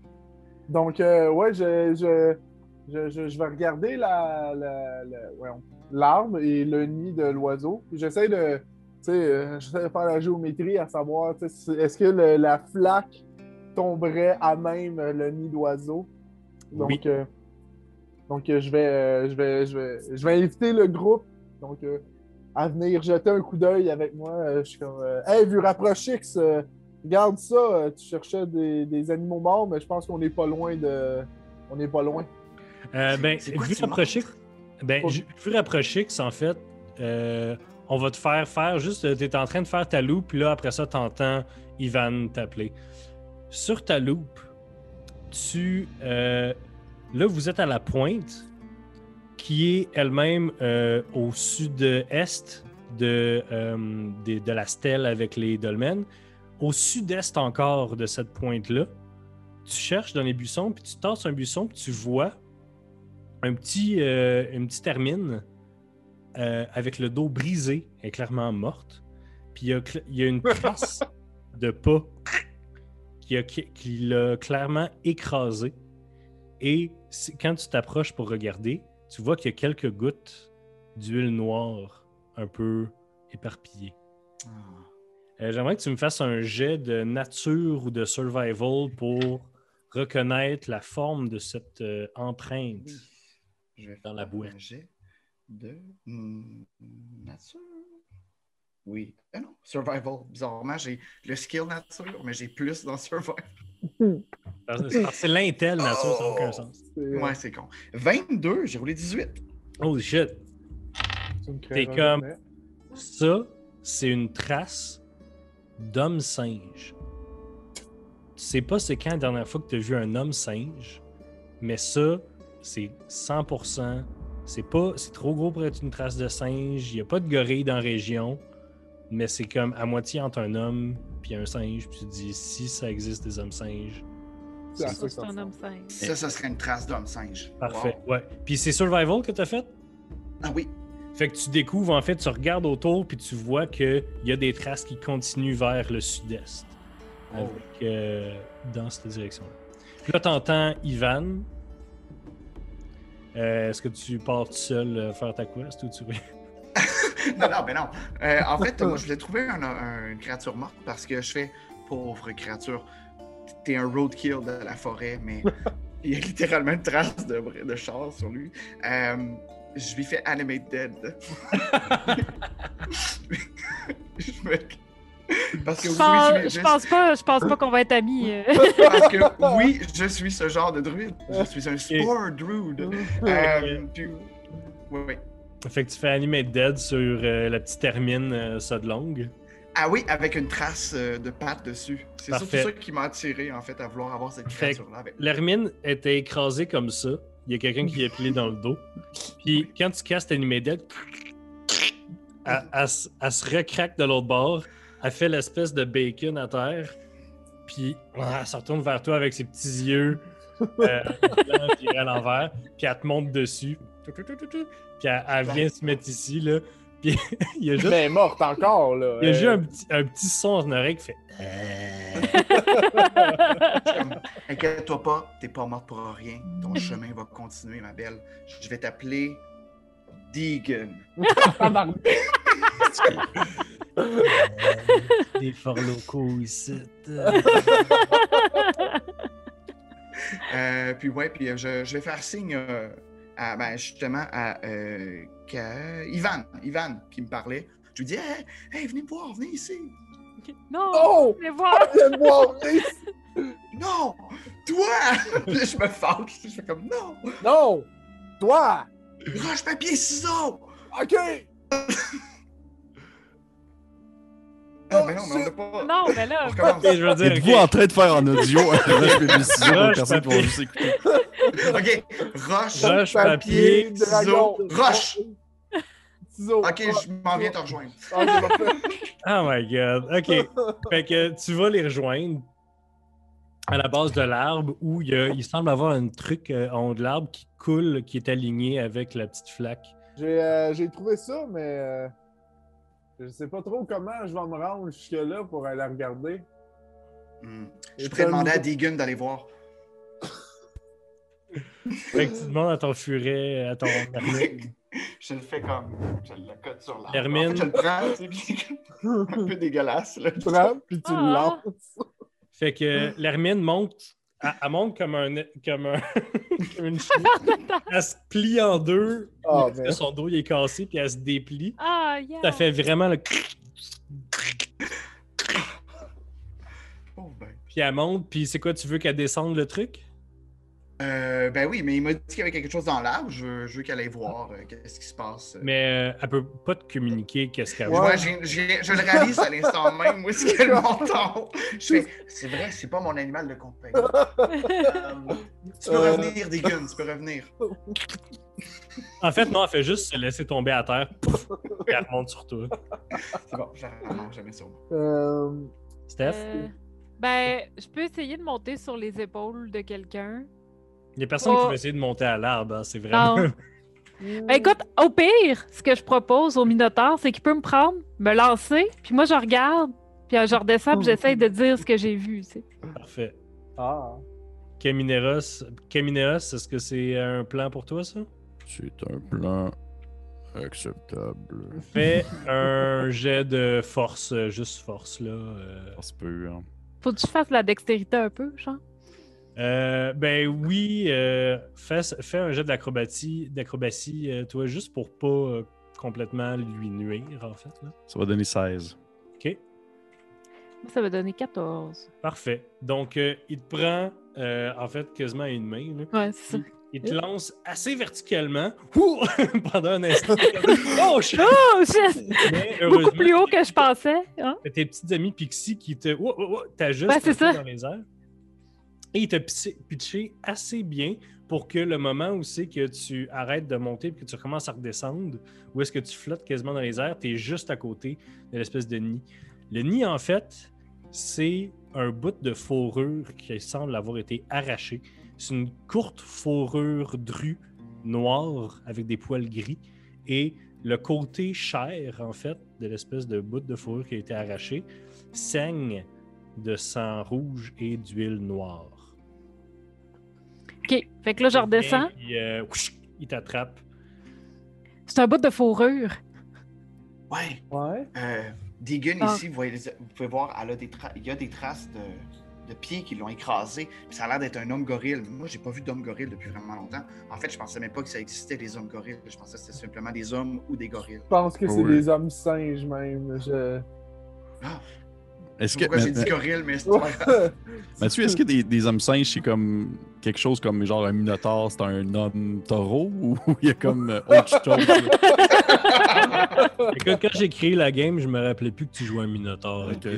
Donc, euh, ouais, je, je, je, je, je vais regarder la, la, la- voyons, l'arbre et le nid de l'oiseau. Puis J'essaie de, tu sais, euh, j'essaie de faire la géométrie à savoir, tu sais, si- est-ce que le- la flaque tomberait à même euh, le nid d'oiseau. Donc, Oui. euh, donc euh, je, vais, euh, je, vais, je, vais, je vais inviter le groupe donc, euh, à venir jeter un coup d'œil avec moi. Euh, je suis comme, euh, hey, vu Rapprochix, euh, regarde ça, euh, tu cherchais des, des animaux morts, mais je pense qu'on n'est pas loin de. On n'est pas loin. Euh, ben, C'est quoi vu tu rapprocher, montres? ben, ju- vu rapprocher que, en fait, euh, on va te faire faire juste. Tu es en train de faire ta loupe, puis là, après ça, tu entends Ivan t'appeler. Sur ta loupe, tu. euh, là, vous êtes à la pointe qui est elle-même euh, au sud-est de, euh, des- de la stèle avec les dolmens. Au sud-est encore de cette pointe-là, tu cherches dans les buissons, puis tu tasses un buisson, puis tu vois un petit, euh, une petite hermine euh, avec le dos brisé, elle est clairement morte. Puis il y a, cl- il y a une trace de pas qui, a, qui, qui l'a clairement écrasé. Et c'est- quand tu t'approches pour regarder, tu vois qu'il y a quelques gouttes d'huile noire un peu éparpillées. Ah. Euh, J'aimerais que tu me fasses un jet de nature ou de survival pour reconnaître la forme de cette euh, empreinte. Oui. Je vais Dans la faire boîte. un jet de mm, nature. Oui. Ah non, survival. Bizarrement, j'ai le skill nature, mais j'ai plus dans survival. Parce que C'est l'intel nature, ça n'a aucun Oh! sens. C'est, euh, Ouais, c'est con. vingt-deux, j'ai roulé dix-huit. Holy shit. tu me T'es créeras comme- jamais. Ça, c'est une trace d'homme-singe. Tu sais pas c'est quand la dernière fois que tu as vu un homme-singe, mais ça, c'est cent pour cent. C'est pas, c'est trop gros pour être une trace de singe. Il n'y a pas de gorille dans la région, mais c'est comme à moitié entre un homme puis un singe. Puis tu te dis, si ça existe des hommes-singes, C'est à Ça, ça que c'est ça un ressemble. homme singe. Ça, ça serait une trace d'homme-singe. parfait. Wow. Ouais. Puis c'est survival que tu as fait? Ah oui. Fait que tu découvres, en fait, tu regardes autour puis tu vois qu'il y a des traces qui continuent vers le sud-est. Oh. Avec, euh, dans cette direction-là. Puis là, t'entends Ivan. Euh, Est-ce que tu pars tout seul euh, faire ta quest ou tu... Non, non, mais non. Euh, en fait, moi, je voulais trouver un- un- une créature morte parce que je fais pauvre créature. T'es un roadkill de la forêt, mais il y a littéralement une trace de, de char sur lui. Euh, je lui fais animate dead. je me... Parce que Je oui, pense, je, je suis- pense pas, je pense pas qu'on va être amis. euh. parce que oui, je suis ce genre de druide. Je suis un spore druide. Euh, puis- oui, oui. Fait que tu fais Animate Dead sur euh, la petite hermine euh, Sodlong. Ah oui, avec une trace euh, de patte dessus. C'est surtout Parfait. ça qui m'a attiré, en fait, à vouloir avoir cette Fait que- créature-là. Avec... L'hermine était écrasée comme ça. Il y a quelqu'un qui l'a pilé dans le dos. Puis quand tu castes Animate Dead, elle, elle se- elle se recraque de l'autre bord. Elle fait l'espèce de bacon à terre. Puis elle se retourne vers toi avec ses petits yeux euh, blancs puis à l'envers. Puis elle te monte dessus. Puis elle, elle vient se mettre ici, là. Puis il y a juste, Mais elle est morte encore, là. il y a Euh, juste un, petit, un petit son en oreille qui fait... Comme, inquiète-toi pas, t'es pas morte pour rien. Ton chemin va continuer, ma belle. Je vais t'appeler Deegan. Des forts locaux ici. Euh, puis ouais, puis euh, je, je vais faire signe euh, à, ben, justement à euh, qu'à Ivan, Ivan qui me parlait. Je lui dis, hey, hey, venez me voir, venez ici. Non, Oh! venez voir. Viens-moi, venez ici. Non, toi. Puis là, je me fâche. Je fais comme non. Non! Toi! Roche, papier, ciseaux. OK! Ah, mais non, mais on n'a pas. Non, mais là, On recommence. Ok, je veux dire, Êtes-vous ok. en train de faire en audio un rush papier ciseaux pour Rush, les personnes qui vont papier. juste écouter? Ok, roche, Roche, papier, ciseaux, roche. Ciseaux. Ok, je m'en viens te rejoindre. Ok, parfait. Oh my god. Ok. Fait que tu vas les rejoindre à la base de l'arbre où il, y a- il semble avoir un truc euh, en haut de l'arbre qui coule, qui est aligné avec la petite flaque. J'ai euh, j'ai trouvé ça, mais euh, je sais pas trop comment je vais me rendre jusque-là pour aller la regarder. Hmm. Je Et pourrais ça, demander à nous- Deegan d'aller voir. Fait que tu demandes à ton furet, à ton hermine. Je le fais comme. Je le cote sur l'arbre. Hermine. En fait, je le prends, tu sais, puis un peu dégueulasse. Là. Tu prends, puis tu le Ah. lances. Fait que l'hermine monte, elle, elle monte comme un, comme un, comme une cheville. Elle se plie en deux. Ah, Le- mais- Son dos il est cassé puis elle se déplie. Ah, yeah. Ça fait vraiment le. Oh, ben. Puis elle monte. Puis c'est quoi, tu veux qu'elle descende le truc? Euh, ben oui, mais il m'a dit qu'il y avait quelque chose dans l'arbre. Je veux, je veux qu'elle aille voir euh, qu'est-ce qui se passe. Mais euh, elle peut pas te communiquer qu'est-ce qu'elle Moi, voit. j'ai- j'ai- je le réalise à l'instant même. Où est-ce qu'elle m'entend? Je fais, c'est vrai, c'est pas mon animal de compagnie. Euh, tu peux Euh. revenir, Deegan, tu peux revenir. En fait, non, elle fait juste se laisser tomber à terre. Pouf, puis elle remonte sur toi. C'est bon, j'arrête jamais sur moi. Euh, Steph, Euh, ben, je peux essayer de monter sur les épaules de quelqu'un. il y a personne oh. qui va essayer de monter à l'arbre. Hein, c'est vraiment. Non. Ben, écoute, au pire, ce que je propose au Minotaure, c'est qu'il peut me prendre, me lancer, puis moi, je regarde, puis euh, je redescends, puis j'essaye de dire ce que j'ai vu, tu sais. Parfait. Ah. Camineros, Camineos, est-ce que c'est un plan pour toi, ça? C'est un plan acceptable. Fais un jet de force, euh, juste force, là. euh, Ça se peut, hein. Faut que tu fasses la dextérité un peu, genre. Euh, ben oui, euh, fais, fais un jet d'acrobatie, d'acrobatie euh, toi, juste pour pas euh, complètement lui nuire, en fait. Là. Ça va donner seize. OK, Ça va donner quatorze. parfait. Donc, euh, il te prend, euh, en fait, quasiment à une main. Là. Ouais, c'est ça. Il, il te lance assez verticalement Ouh! pendant un instant. Oh, shit! Oh, shit! Mais Beaucoup heureusement, plus haut que je pensais. Hein? t'as tes petites amies Pixie qui te oh, oh, oh, t'ajustent Ouais, c'est un peu ça. dans les airs. Et il t'a pitché, pitché assez bien pour que le moment où c'est que tu arrêtes de monter et que tu recommences à redescendre, où est-ce que tu flottes quasiment dans les airs, tu es juste à côté de l'espèce de nid. Le nid, en fait, c'est un bout de fourrure qui semble avoir été arraché. C'est une courte fourrure drue noire avec des poils gris. Et le côté chair, en fait, de l'espèce de bout de fourrure qui a été arraché, saigne de sang rouge et d'huile noire. OK. Fait que là, je redescends. Et puis, euh, whoosh, il t'attrape. C'est un bout de fourrure. Ouais. Ouais. Euh, Deegan, Ah. ici, vous, voyez, vous pouvez voir, elle a des tra- il y a des traces de, de pieds qui l'ont écrasé. Puis ça a l'air d'être un homme gorille. Moi, j'ai pas vu d'homme gorille depuis vraiment longtemps. En fait, je pensais même pas que ça existait, des hommes gorilles. Je pensais que c'était simplement des hommes ou des gorilles. Je pense que c'est Oui. des hommes singes même. Je... Ah, Est-ce je que, sais pas pourquoi j'ai Ma- dit Ma- gorille, mais c'est pas grave. Mathieu, est-ce que des, des hommes singes, c'est comme quelque chose comme genre un minotaure, c'est un homme taureau ou il y a comme euh, autre chose? là? Écoute, quand j'ai créé la game, je me rappelais plus que tu jouais un Minotaur. Ok.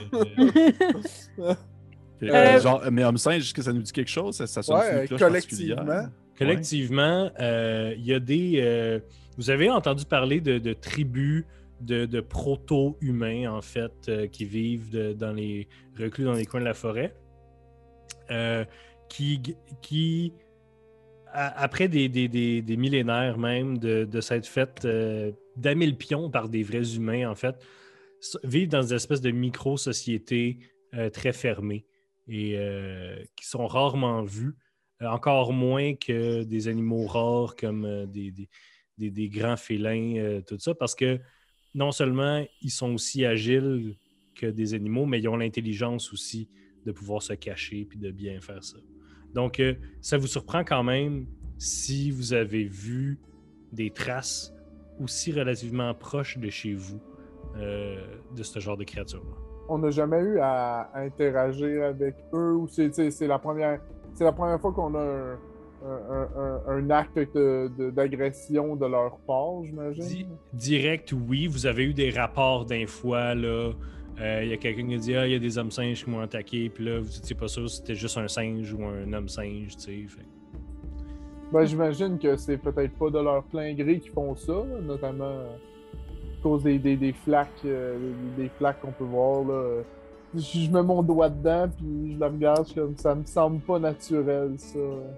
Euh, Ok, Euh, genre, mais homme singe, est-ce que ça nous dit quelque chose? Ça, ça sonne Ouais, une cloche collectivement. particulière? Collectivement, euh, il y a des. euh, vous avez entendu parler de, de tribus de, de proto-humains, en fait, euh, qui vivent de- dans les reclus dans les coins de la forêt, euh, qui, qui a- après des, des- des- des millénaires même de, de s'être fait euh, damer le pion par des vrais humains, en fait, s- vivent dans des espèces de micro-sociétés euh, très fermées et euh, qui sont rarement vues. Euh, encore moins que des animaux rares comme euh, des, des- des- des grands félins, euh, tout ça, parce que non seulement ils sont aussi agiles que des animaux, mais ils ont l'intelligence aussi de pouvoir se cacher puis de bien faire ça. Donc, euh, ça vous surprend quand même si vous avez vu des traces aussi relativement proches de chez vous euh, de ce genre de créatures-là. On n'a jamais eu à interagir avec eux ou c'est tu sais, c'est la première c'est la première fois qu'on a un, un, un- un acte de- de- d'agression de leur part, j'imagine. Di- direct, oui. Vous avez eu des rapports d'un fois, là. Euh, Il y a quelqu'un qui a dit « Ah, il y a des hommes singes qui m'ont attaqué. » Puis là, vous n'étiez pas sûr si c'était juste un singe ou un homme singe, tu sais. Fait. Ben, j'imagine que c'est peut-être pas de leur plein gré qu'ils font ça, là, notamment à cause des, des, des flaques euh, des, des flaques qu'on peut voir. Là. Je, je mets mon doigt dedans puis je la regarde, je suis comme ça me semble pas naturel ça.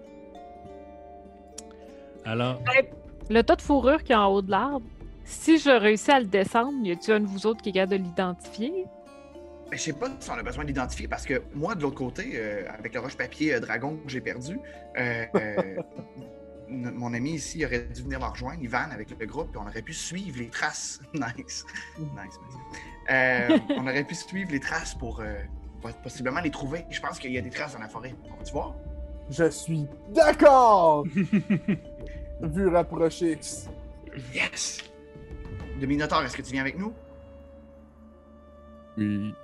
Alors, Le tas de fourrure qui est en haut de l'arbre, si je réussis à le descendre, y a-t-il un de vous autres qui est capable de l'identifier? Ben, je sais pas si on a besoin d'identifier parce que moi, de l'autre côté, euh, avec le roche-papier euh, dragon que j'ai perdu, euh, euh, n- mon ami ici il aurait dû venir me rejoindre, Ivan, avec le groupe, puis on aurait pu suivre les traces. Nice. Nice, Mathieu. Euh, on aurait pu suivre les traces pour euh, po- possiblement les trouver. Je pense qu'il y a des traces dans la forêt. On va-tu voir? Je suis d'accord! Vu rapprocher. Yes! Le Minotaure, est-ce que tu viens avec nous? Oui.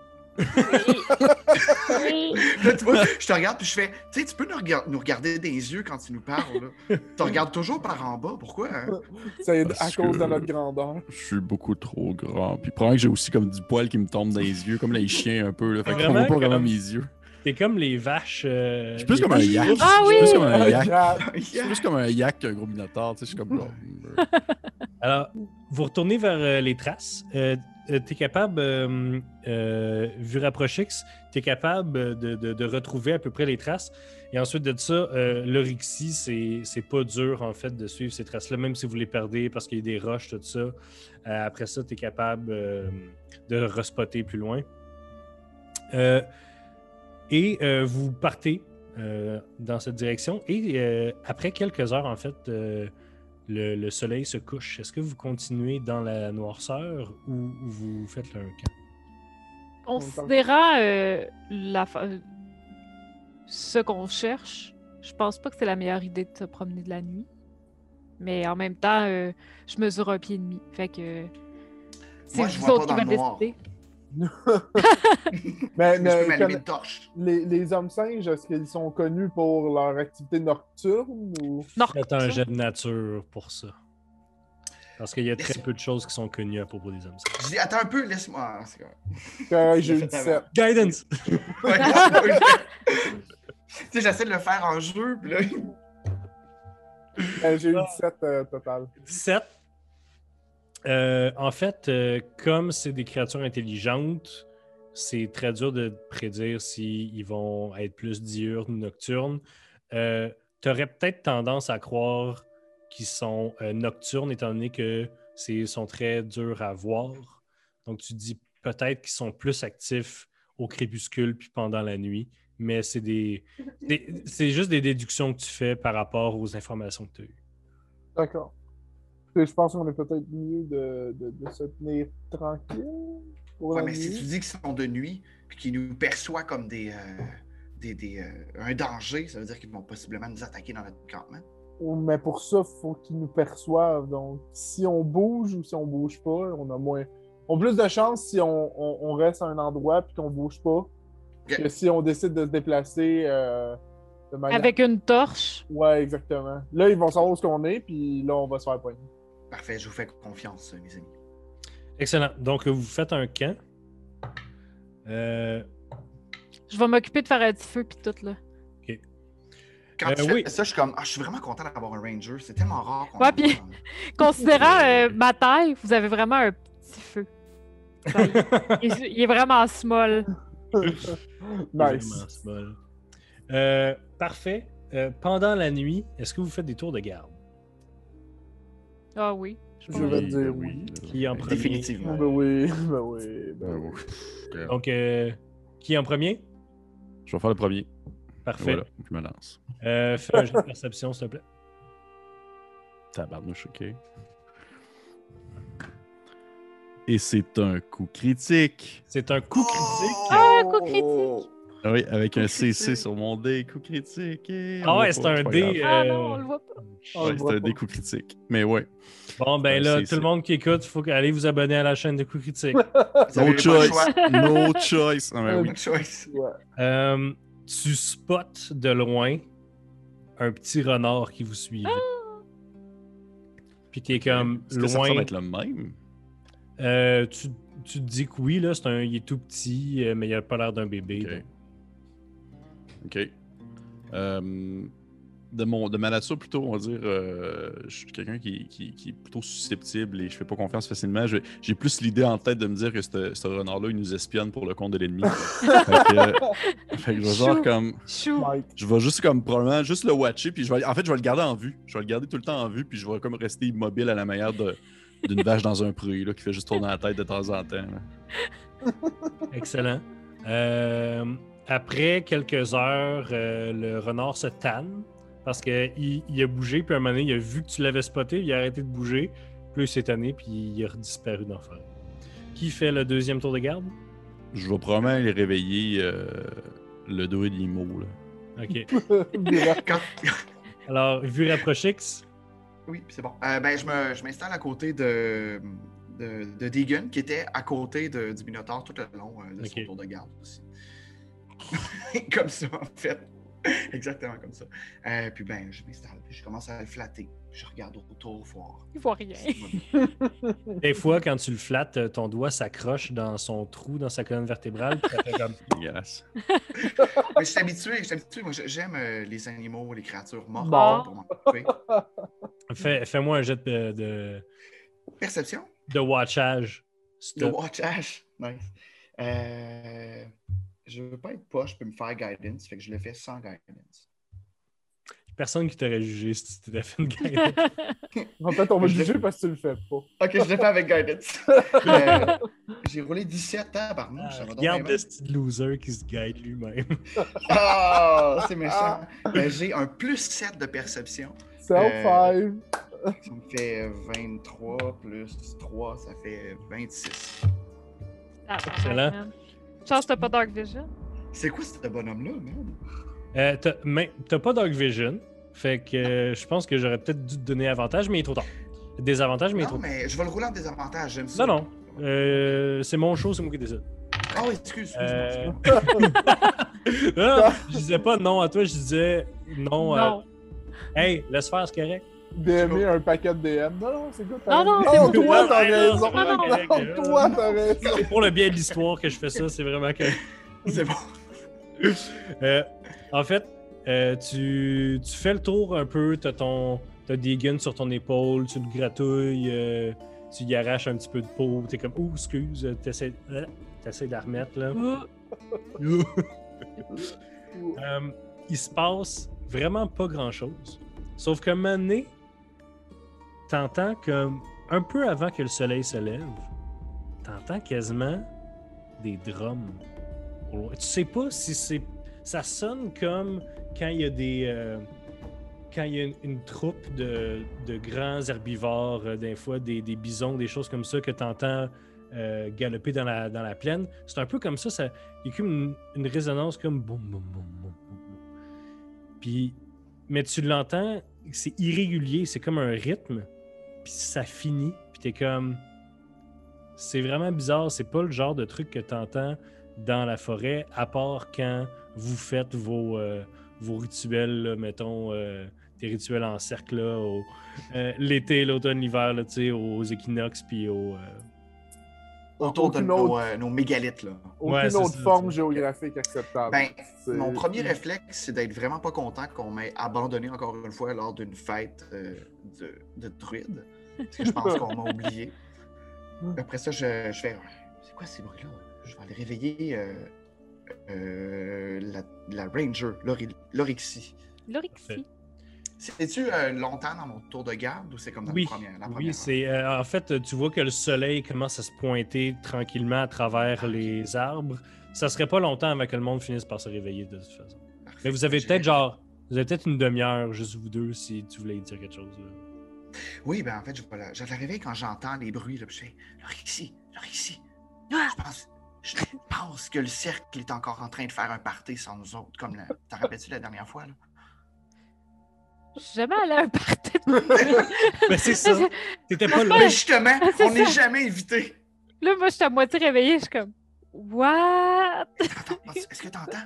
Là, tu vois, je te regarde puis je fais, tu sais, tu peux nous, regard- nous regarder des yeux quand tu nous parles. Là. Tu te regardes toujours par en bas. Pourquoi? Hein? C'est à Parce cause que- de notre grandeur. Je suis beaucoup trop grand. Puis probablement que j'ai aussi comme du poil qui me tombe dans les yeux, comme les chiens un peu. Là. Fait qu'on Vraiment voit pas vraiment comme- mes yeux. t'es comme les vaches. euh, Je suis plus les comme un vaches yak. rousses. Ah Je suis oui! plus comme un Ah, yak. Jack. Je suis plus comme un yak qu'un gros minotaure. Tu sais, je suis comme genre, euh, Alors, vous retournez vers euh, les traces. Euh, euh, t'es capable, euh, euh, vu Rapprochix, t'es capable de, de- de retrouver à peu près les traces. Et ensuite de ça, euh, l'Orixie, c'est, c'est pas dur en fait de suivre ces traces-là, même si vous les perdez parce qu'il y a des roches, tout ça. Euh, après ça, t'es capable euh, de respotter plus loin. Euh, et euh, vous partez euh, dans cette direction. Et euh, après quelques heures, en fait, euh, le, le soleil se couche. Est-ce que vous continuez dans la noirceur ou vous faites là un camp? Considérant euh, la fa- euh, ce qu'on cherche, je pense pas que c'est la meilleure idée de se promener de la nuit. Mais en même temps, euh, je mesure un pied et demi. Fait que c'est Moi, je vous vois autres pas qui dans le va noir. décider. mais, Mais je mais peux m'allumer conna- une torche. les, les hommes singes, est-ce qu'ils sont connus pour leur activité nocturne ou. Faites un jet de nature pour ça. Parce qu'il y a très peu de choses qui sont connues à propos des hommes. Je dis, attends un peu, laisse-moi. Ah, c'est correct. Correct, j'ai eu Fait dix-sept. Guidance! Ouais, tu sais, j'essaie de le faire en jeu, puis là. Euh, j'ai eu dix-sept euh, total. dix-sept. Euh, en fait, euh, comme c'est des créatures intelligentes, c'est très dur de prédire s'ils vont être plus diurnes ou nocturnes. Euh, tu aurais peut-être tendance à croire qu'ils sont euh, nocturnes, étant donné que c'est sont très durs à voir. Donc, tu dis peut-être qu'ils sont plus actifs au crépuscule puis pendant la nuit, mais c'est des, des- c'est juste des déductions que tu fais par rapport aux informations que tu as eues. D'accord. Et je pense qu'on est peut-être mieux de, de, de se tenir tranquille pour Ouais, la mais si nuit. tu dis qu'ils sont de nuit, puis qu'ils nous perçoivent comme des, euh, des, des, euh, un danger, ça veut dire qu'ils vont possiblement nous attaquer dans notre campement. Mais pour ça, il faut qu'ils nous perçoivent. Donc, si on bouge ou si on bouge pas, on a moins. On a plus de chance si on, on, on reste à un endroit et qu'on bouge pas que si on décide de se déplacer euh, de manière. Avec une torche. Ouais, exactement. Là, ils vont savoir où qu'on est, puis là, on va se faire poigner. Parfait, je vous fais confiance, mes amis. Excellent. Donc, vous faites un camp. Euh, Je vais m'occuper de faire un petit feu puis tout, là. Quand Euh, tu fais oui. ça, je suis comme, ah, je suis vraiment content d'avoir un ranger. C'est tellement rare qu'on Ouais, en puis- voit Considérant euh, ma taille, vous avez vraiment un petit feu. Ça, il, il est, il est vraiment small. Nice. Vraiment small. Euh, parfait. Euh, pendant la nuit, est-ce que vous faites des tours de garde? Ah oui. Je Je pense. vais Oui, dire ben oui. Qui en premier? Définitivement. Ben oui, ben oui, ben Ben oui. oui. Donc, euh, qui en premier? Je vais faire le premier. Parfait. Voilà, je me lance. Euh, fais un jeu de perception, s'il te plaît. Tabarnouche, ok. Et c'est un coup critique. C'est un coup critique. Ah, coup critique! Ah oui, avec un Coup C C critique. sur mon dé, coup critique. eh, Ah on ouais, voit c'est pas, un pas dé. grave. Ah euh, non, on le voit pas. On Ouais, le c'est voit un pas. dé coup critique. Mais ouais. Bon, ben Un là, C C. tout le monde qui écoute, il faut aller vous abonner à la chaîne de coups critiques. Vous avez No pas le choice. choix. No choice. Ah, ben oui. No choice. Ouais. Euh, tu spots de loin un petit renard qui vous suivait. Puis qui est comme Est-ce que ça loin. ressemble à être le même? Euh, tu, tu te dis que oui, là, c'est un, il est tout petit, euh, mais il a pas l'air d'un bébé. Ok. donc. Ok. Euh, de, mon, de ma nature, plutôt, on va dire, euh, je suis quelqu'un qui, qui, qui est plutôt susceptible et je fais pas confiance facilement. Je- J'ai plus l'idée en tête de me dire que ce ce renard-là, il nous espionne pour le compte de l'ennemi. fait, que, euh, fait que je vais genre Chou. comme. Chou. Mike. Je vais juste comme probablement juste le watcher, puis je vais, en fait, je vais le garder en vue. Je vais le garder tout le temps en vue, puis je vais comme rester immobile à la manière de- d'une vache dans un pré, là, qui fait juste tourner la tête de temps en temps. là. Excellent. Euh, après quelques heures, euh, le renard se tanne parce qu'il il a bougé, puis à un moment donné, il a vu que tu l'avais spoté, il a arrêté de bouger, puis il s'est tanné, puis il a redisparu dans la forêt. Qui fait le deuxième tour de garde? Je vais probablement aller réveiller euh, le druide Imo. Là. OK. Quand- Alors, vu Rapprochix, Oui, c'est bon. Euh, ben, je me- je m'installe à côté de, de, de Deegan, qui était à côté de, du Minotaur tout le long euh, de son Ok. tour de garde aussi. Comme ça, en fait. Exactement comme ça. Euh, puis ben, je m'installe, puis je commence à le flatter. Puis je regarde autour, voir. Il voit rien. des fois, quand tu le flattes, euh, ton doigt s'accroche dans son trou, dans sa colonne vertébrale, puis ça fait comme... Dégueulasse. Mais je suis habitué, je suis habitué. Moi, j'aime euh, les animaux, les créatures mortes Bon. pour m'en occuper. Fais, fais-moi un jet de, de, Perception? de watchage. s'il te Le plaît. watchage. Nice. Euh, je veux pas être poche, je peux me faire guidance, fait que je le fais sans guidance. Personne qui t'aurait jugé si tu t'étais fait une gueule. En fait, on va te Je l'ai- juger parce que tu le fais pas. Ok, je le fais avec guidance. Euh, J'ai roulé dix-sept ans par mois. ça va donc Regarde bien le mal. style loser qui se guide lui-même. Ah, c'est méchant. Ben, j'ai un plus sept de perception. Self-five. Ça me fait vingt-trois plus trois, ça fait vingt-six. Ah, Excellent. man. Chance, t'as pas Dark Vision. C'est quoi ce bonhomme-là, man? Euh, t'as, mais t'as pas Dark Vision. Fait que euh, je pense que j'aurais peut-être dû te donner avantage, mais il est trop tard. Désavantage, mais il est Non, trop tard. mais je vais le rouler en désavantage, j'aime ça. Non, non. Euh, c'est mon show, c'est moi qui décide. Ah oui, excuse, excuse-moi. Euh... excuse-moi. non, non, je disais pas non à toi, je disais non. Non. À... Hey, laisse faire, c'est correct. D M E un paquet de D M. Non, non, c'est good. Non, non, non, c'est toi, bon. t'as Ouais, non, raison. c'est vraiment Non, correct, là. toi, t'as raison. C'est pour le bien de l'histoire que je fais ça, c'est vraiment correct. C'est bon. Euh, en fait, euh, tu, tu fais le tour un peu, t'as ton t'as des guns sur ton épaule, tu le gratouilles, euh, tu y arraches un petit peu de peau, t'es comme « Ouh, excuse », t'essaies euh, t'essaies de la remettre, là. Euh, il se passe vraiment pas grand-chose. Sauf qu'à un moment donné, t'entends comme, un peu avant que le soleil se lève, t'entends quasiment des drums. Au loin. Tu sais pas si c'est... Ça sonne comme quand il y a des... euh, quand il y a une, une troupe de, de grands herbivores, euh, des fois des, des bisons, des choses comme ça que t'entends euh, galoper dans la, dans la plaine. C'est un peu comme ça, ça il y a comme une, une résonance comme boum, boum, boum, boum, boum. Puis, mais tu l'entends, c'est irrégulier, c'est comme un rythme, puis ça finit, puis t'es comme... C'est vraiment bizarre, c'est pas le genre de truc que t'entends dans la forêt, à part quand vous faites vos, euh, vos rituels, là, mettons, euh, des rituels en cercle, là, au, euh, l'été, l'automne, l'hiver, là, tu sais, aux équinoxes, puis aux... euh, Autour de Aucune nos, autre- euh, nos mégalithes, là. Aucune Ouais, c'est autre ça, forme c'est- géographique acceptable. Ben, C'est- mon premier réflexe, c'est d'être vraiment pas content qu'on m'ait abandonné encore une fois lors d'une fête euh, de, de druides. Parce que je pense qu'on m'a oublié. Après ça, je, je fais c'est quoi ces bruits-là? Je vais aller réveiller euh, euh, la, la Ranger, Lori- Lorixie. L'orixie. C'est-tu euh, longtemps dans mon tour de garde ou c'est comme dans Oui, la première, la première oui, heure? c'est euh, en fait, tu vois que le soleil commence à se pointer tranquillement à travers les arbres. Ça serait pas longtemps avant que le monde finisse par se réveiller de toute façon. Parfait. Mais vous avez J'ai- peut-être genre, vous avez peut-être une demi-heure juste vous deux si tu voulais dire quelque chose. là. Oui, ben en fait, je vais la, je vais la réveiller quand j'entends les bruits. Là, puis je fais Lorixie, Lorixie. Ah! Je pense, je pense que le cercle est encore en train de faire un party sans nous autres. Comme la, t'en rappelles-tu la dernière fois? Là? Je suis jamais allée à un party de... Mais c'est ça. T'étais pas là. Mais justement, C'est on n'est ça. jamais invité. Là, moi, je suis à moitié réveillée. Je suis comme... What? T'entends- Est-ce que t'entends?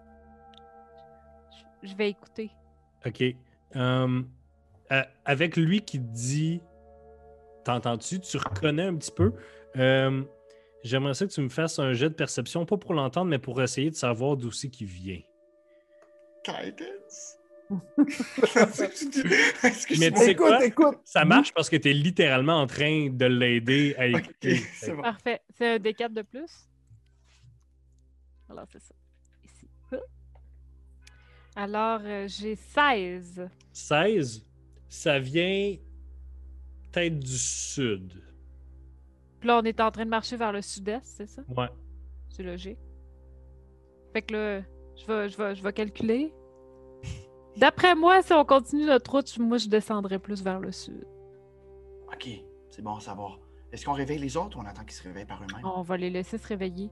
Je vais écouter. OK. Um, euh, avec lui qui te dit t'entends-tu, tu reconnais un petit peu. Euh, J'aimerais ça que tu me fasses un jet de perception, pas pour l'entendre, mais pour essayer de savoir d'où c'est qu'il vient. Guidance. Mais tu sais Écoute, quoi? écoute. Ça marche parce que tu es littéralement en train de l'aider à Ok, écouter. c'est bon. Parfait. C'est un D quatre de plus. Alors, c'est ça. Ici. Alors, euh, j'ai seize. seize, ça vient peut-être du sud. Puis là, on est en train de marcher vers le sud-est, c'est ça? Ouais. C'est logique. Fait que là, je vais, je vais, je vais calculer. D'après moi, si on continue notre route, moi, je descendrai plus vers le sud. Ok, c'est bon à savoir. Est-ce qu'on réveille les autres ou on attend qu'ils se réveillent par eux-mêmes? On va les laisser se réveiller.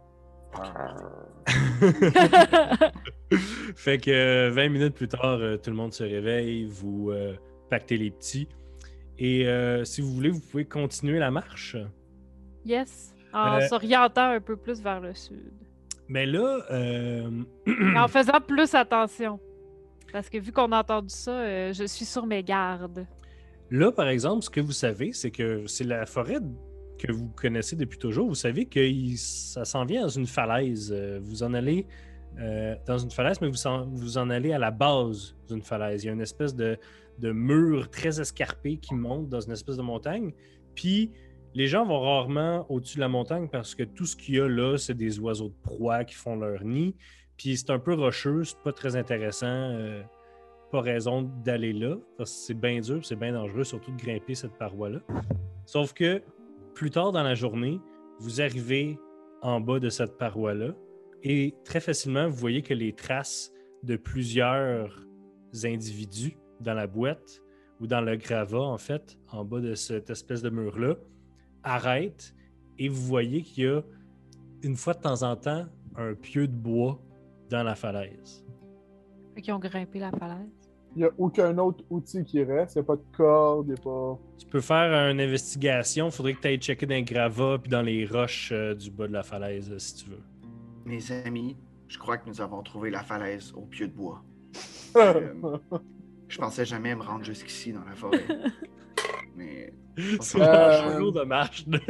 Fait que euh, vingt minutes plus tard, euh, tout le monde se réveille, vous euh, pactez les petits. Et euh, si vous voulez, vous pouvez continuer la marche. Yes. En Euh, s'orientant un peu plus vers le sud. Mais là, euh, Et en faisant plus attention. Parce que vu qu'on a entendu ça, euh, je suis sur mes gardes. là, par exemple, ce que vous savez, c'est que c'est la forêt que vous connaissez depuis toujours. Vous savez que il- ça s'en vient dans une falaise. Euh, Vous en allez euh, dans une falaise, mais vous en, vous en allez à la base d'une falaise. Il y a une espèce de, de mur très escarpé qui monte dans une espèce de montagne. Puis les gens vont rarement au-dessus de la montagne parce que tout ce qu'il y a là, c'est des oiseaux de proie qui font leur nid. Puis c'est un peu rocheux, c'est pas très intéressant. euh, pas raison d'aller là, parce que c'est bien dur, c'est bien dangereux, surtout de grimper cette paroi-là. Sauf que plus tard dans la journée, vous arrivez en bas de cette paroi-là et très facilement, vous voyez que les traces de plusieurs individus dans la boîte ou dans le gravat, en fait, en bas de cette espèce de mur-là, arrêtent et vous voyez qu'il y a une fois de temps en temps un pieu de bois dans la falaise. Fait qu'ils ont grimpé la falaise. Il n'y a aucun autre outil qui reste. Il n'y a pas de corde, il n'y a pas... Tu peux faire une investigation. Il faudrait que tu ailles checker dans les gravats puis dans les roches euh, du bas de la falaise, euh, si tu veux. Mes amis, je crois que nous avons trouvé la falaise au pieu de bois. Euh, je pensais jamais me rendre jusqu'ici dans la forêt. Mais... C'est Euh, un jour de marche. On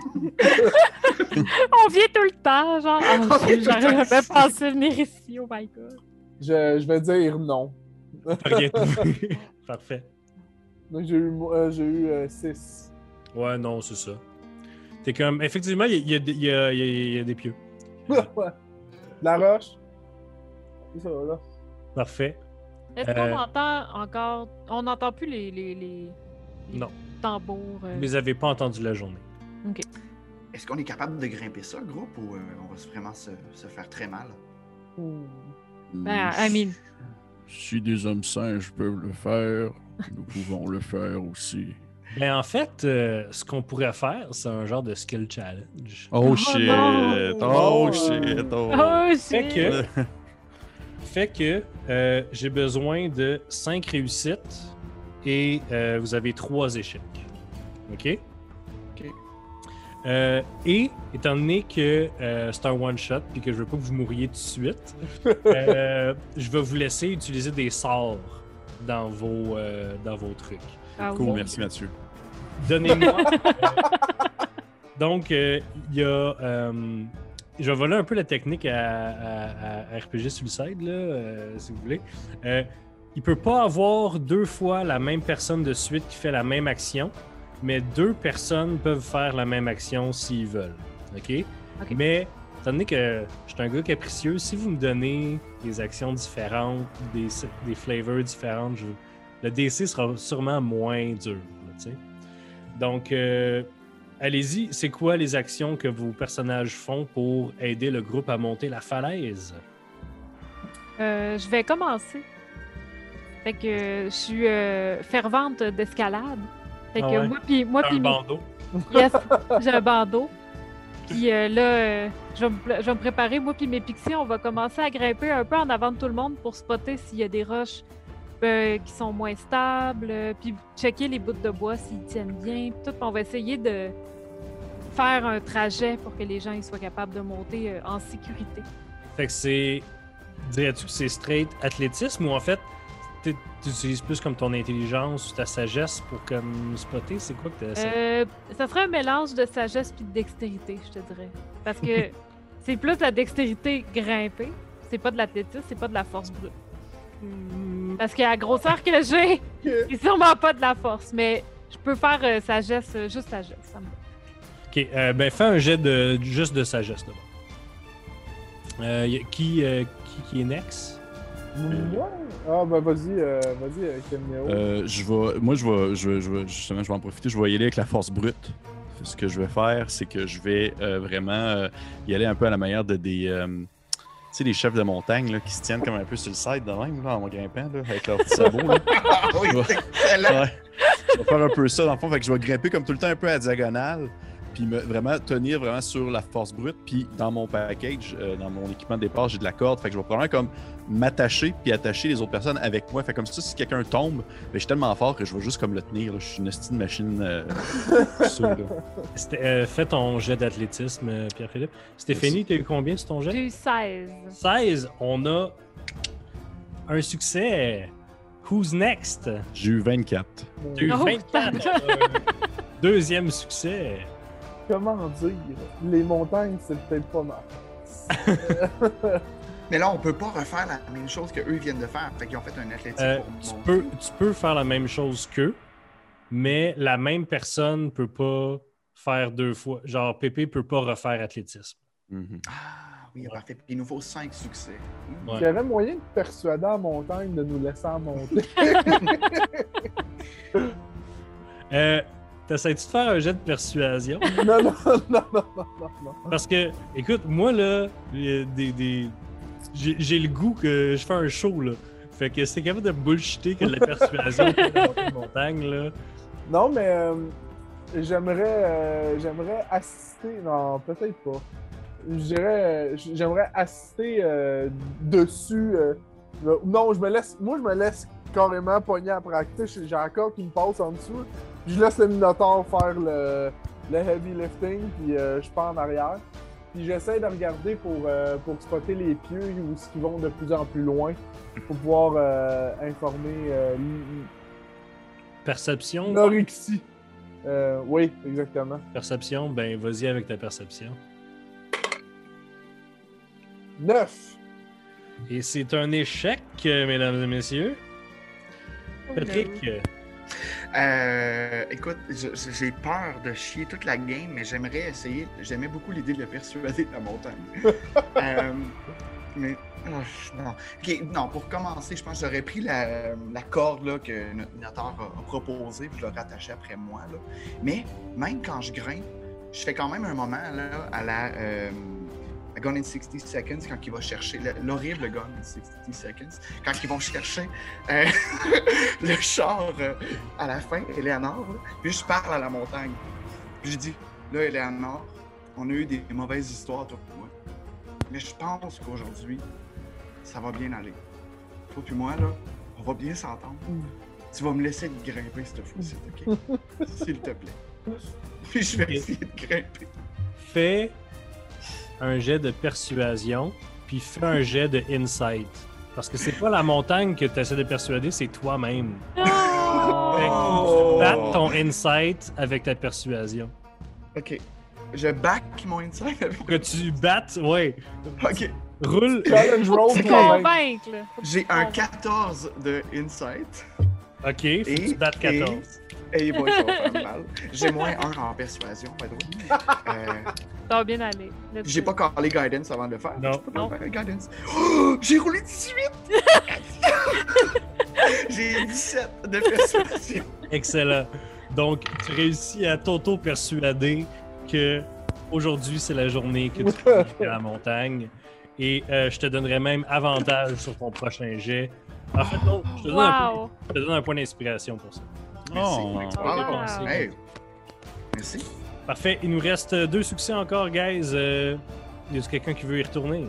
vient tout le temps, genre. Oh, On vient tout le j'aurais temps jamais ici. pensé venir ici, oh my god. je, je vais dire non. T'as rien trouvé. Parfait. Donc, j'ai eu, euh, j'ai eu euh, six. Ouais, non, c'est ça. T'es comme... Effectivement, il y, y, a des- il y, a, il y a- il y a des pieux. La roche. C'est ça, là. Parfait. Est-ce Euh, qu'on entend encore. On n'entend plus les, les, les, les Non. tambours. euh, Vous les avez pas entendus la journée. Est-ce qu'on est capable de grimper ça, groupe, ou euh, on va vraiment se, se faire très mal? Hmm. Ben, I mean. Si des hommes singes peuvent le faire, nous pouvons le faire aussi. Ben, en fait, euh, ce qu'on pourrait faire, c'est un genre de skill challenge. Oh, Oh shit! non! Oh, Oh. shit! Oh. Oh, Fait shit! que, fait que euh, j'ai besoin de cinq réussites et euh, vous avez trois échecs. OK? OK. Euh, et, étant donné que euh, c'est un one-shot puis que je veux pas que vous mouriez tout de suite, euh, je vais vous laisser utiliser des sorts dans vos, euh, dans vos trucs. Ah, Cool, oui. merci Mathieu. Donnez-moi. euh, donc, euh, il y a. euh, je vais voler un peu la technique à, à- à R P G Suicide, là, euh, si vous voulez. Euh, il peut pas avoir deux fois la même personne de suite qui fait la même action, mais deux personnes peuvent faire la même action s'ils veulent. OK? OK. Mais, étant donné que je suis un gars capricieux, si vous me donnez des actions différentes, des, des flavors différentes, je- le D C sera sûrement moins dur. là, tu sais. Donc, euh, allez-y, c'est quoi les actions que vos personnages font pour aider le groupe à monter la falaise? Euh, je vais commencer. Fait que euh, je suis euh, fervente d'escalade. Fait que Ah ouais? moi puis moi Un puis mes- bandeau. yes, j'ai un bandeau. Puis euh, là, euh, je, vais me, pla- je vais me préparer. Moi puis mes pixies, on va commencer à grimper un peu en avant de tout le monde pour spotter s'il y a des roches euh, qui sont moins stables. euh, puis checker les bouts de bois s'ils tiennent bien. Puis tout, puis on va essayer de faire un trajet pour que les gens ils soient capables de monter euh, en sécurité. Fait que c'est. Dirais-tu que c'est straight athlétisme ou en fait, t'es- tu utilises plus comme ton intelligence ou ta sagesse pour comme spotter? C'est quoi que tu essaies? Euh, ça serait un mélange de sagesse puis de dextérité, je te dirais. Parce que c'est plus la dextérité grimpée. C'est pas de l'athlétisme, c'est pas de la force brute. Parce qu'à la grosseur que j'ai, c'est sûrement pas de la force. Mais je peux faire euh, sagesse, euh, juste sagesse. Ça me va. Ok, euh, ben fais un jet de juste de sagesse d'abord. Euh, y a- qui, euh, qui, qui est next? Ouais. Ah, ben vas-y, euh, vas-y, euh, Cameo. Euh, je vais, moi, je vais, je vais, je vais- justement, je vais en profiter. Je vais y aller avec la force brute. Ce que je vais faire, c'est que je vais euh, vraiment euh, y aller un peu à la manière de des, euh, tu sais, des chefs de montagne là, qui se tiennent comme un peu sur le side de même là, en grimpant là, avec leurs petits sabots. Là. Ah oui, Ouais. c'est excellent! Ouais. Je vais faire un peu ça dans le fond. Fait que je vais grimper comme tout le temps un peu à diagonale. Puis me, vraiment tenir vraiment sur la force brute. Puis dans mon package, euh, dans mon équipement de départ, j'ai de la corde. Fait que je vais probablement comme m'attacher puis attacher les autres personnes avec moi. Fait comme ça, si quelqu'un tombe, ben, je suis tellement fort que je vais juste comme le tenir. Là. Je suis une hostie de machine. Euh, sur, là. C'était- euh, fais ton jet d'athlétisme, euh, Pierre-Philippe. Stéphanie, t'as eu combien sur ton jet? J'ai eu seize. seize. On a un succès. Who's next? J'ai eu vingt-quatre. T'as eu Oh, vingt-quatre. Euh, Deuxième succès. Comment dire? Les montagnes, c'est peut-être pas mal. Mais là, on peut pas refaire la même chose qu'eux viennent de faire. Fait qu'ils ont fait un athlétique Euh, pour tu, monter. peux, tu peux faire la même chose qu'eux, mais la même personne peut pas faire deux fois. Genre, Pépé peut pas refaire athlétisme. Mhm. Ah oui, parfait. Puis il nous faut cinq succès. Ouais. Il y aurait moyen de persuader la montagne de nous laisser en monter. Euh, T'essaies-tu de faire un jet de persuasion? non, non, non, non, non, non, non. Parce que, écoute, moi, là, les- des, des... j'ai j'ai le goût que je fais un show, là. Fait que c'est capable de bullshiter que de la persuasion pour monter une montagne, là. Non, mais euh, j'aimerais euh, j'aimerais assister. Non, peut-être pas. Je dirais, euh, J'aimerais assister euh, dessus, euh, Euh, Non, je me laisse. Moi, je me laisse carrément pogner après. Tu sais, j'ai encore qui me passe en dessous. Puis je laisse le Minotaur faire le, le heavy lifting, puis euh, je pars en arrière. Puis j'essaie de regarder pour, euh, pour spotter les pieux ou ce qui vont de plus en plus loin pour pouvoir euh, informer euh, Perception. Lorixie. Euh, oui, exactement. Perception, ben vas-y avec ta perception. Neuf. Et c'est un échec, euh, mesdames et messieurs. Oh, Patrick, no. euh, Euh, écoute, je- je- j'ai peur de chier toute la game, mais j'aimerais essayer. J'aimais beaucoup l'idée de le persuader de la montagne. Euh, mais. oh, non. Ok, non, pour commencer, je pense que j'aurais pris la, la corde là, que notre Minotaur a, a proposée, puis je l'aurais attachée après moi. Là. Mais même quand je grimpe, je fais quand même un moment là, à la. Euh, à Gone in sixty seconds, quand il va chercher, le- l'horrible Gone in sixty seconds, quand ils vont chercher euh, le char euh, à la fin, Eleanor, là, puis je parle à la montagne. Puis je dis, là, Eleanor, on a eu des mauvaises histoires, toi et moi, mais je pense qu'aujourd'hui, ça va bien aller. Toi puis moi, là, on va bien s'entendre. Tu vas me laisser te grimper cette fois-ci, OK? S'il te plaît. Puis je vais essayer de grimper. fais un jet de persuasion, puis fais un jet de insight. Parce que c'est pas la montagne que tu essaies de persuader, c'est toi-même. Fait que tu battes ton insight avec ta persuasion. OK. Je back mon insight avec... Faut que tu battes, ouais. OK. Roule. Challenge roll Faut te toi-même. convaincre, là. Faut que J'ai tu un convainques. quatorze de insight. Ok, faut que tu battes et- quatorze. Et bon, ça va faire mal. J'ai moins un en persuasion, by the way. Euh, Ça va bien aller. Let's j'ai go. pas callé guidance avant de le faire. Non. J'ai pas Non. callé guidance. Oh, j'ai roulé dix-huit! J'ai dix-sept de persuasion. Excellent. Donc, tu réussis à t'auto-persuader que aujourd'hui c'est la journée que tu vas à la montagne. Et euh, je te donnerai même avantage sur ton prochain jet. En fait, non, je te donne, un, Wow! peu- je te donne un point d'inspiration pour ça. Merci. Oh. Wow. Wow. Hey. Merci. Parfait. Il nous reste deux succès encore, guys. Euh, y a-t-il quelqu'un qui veut y retourner?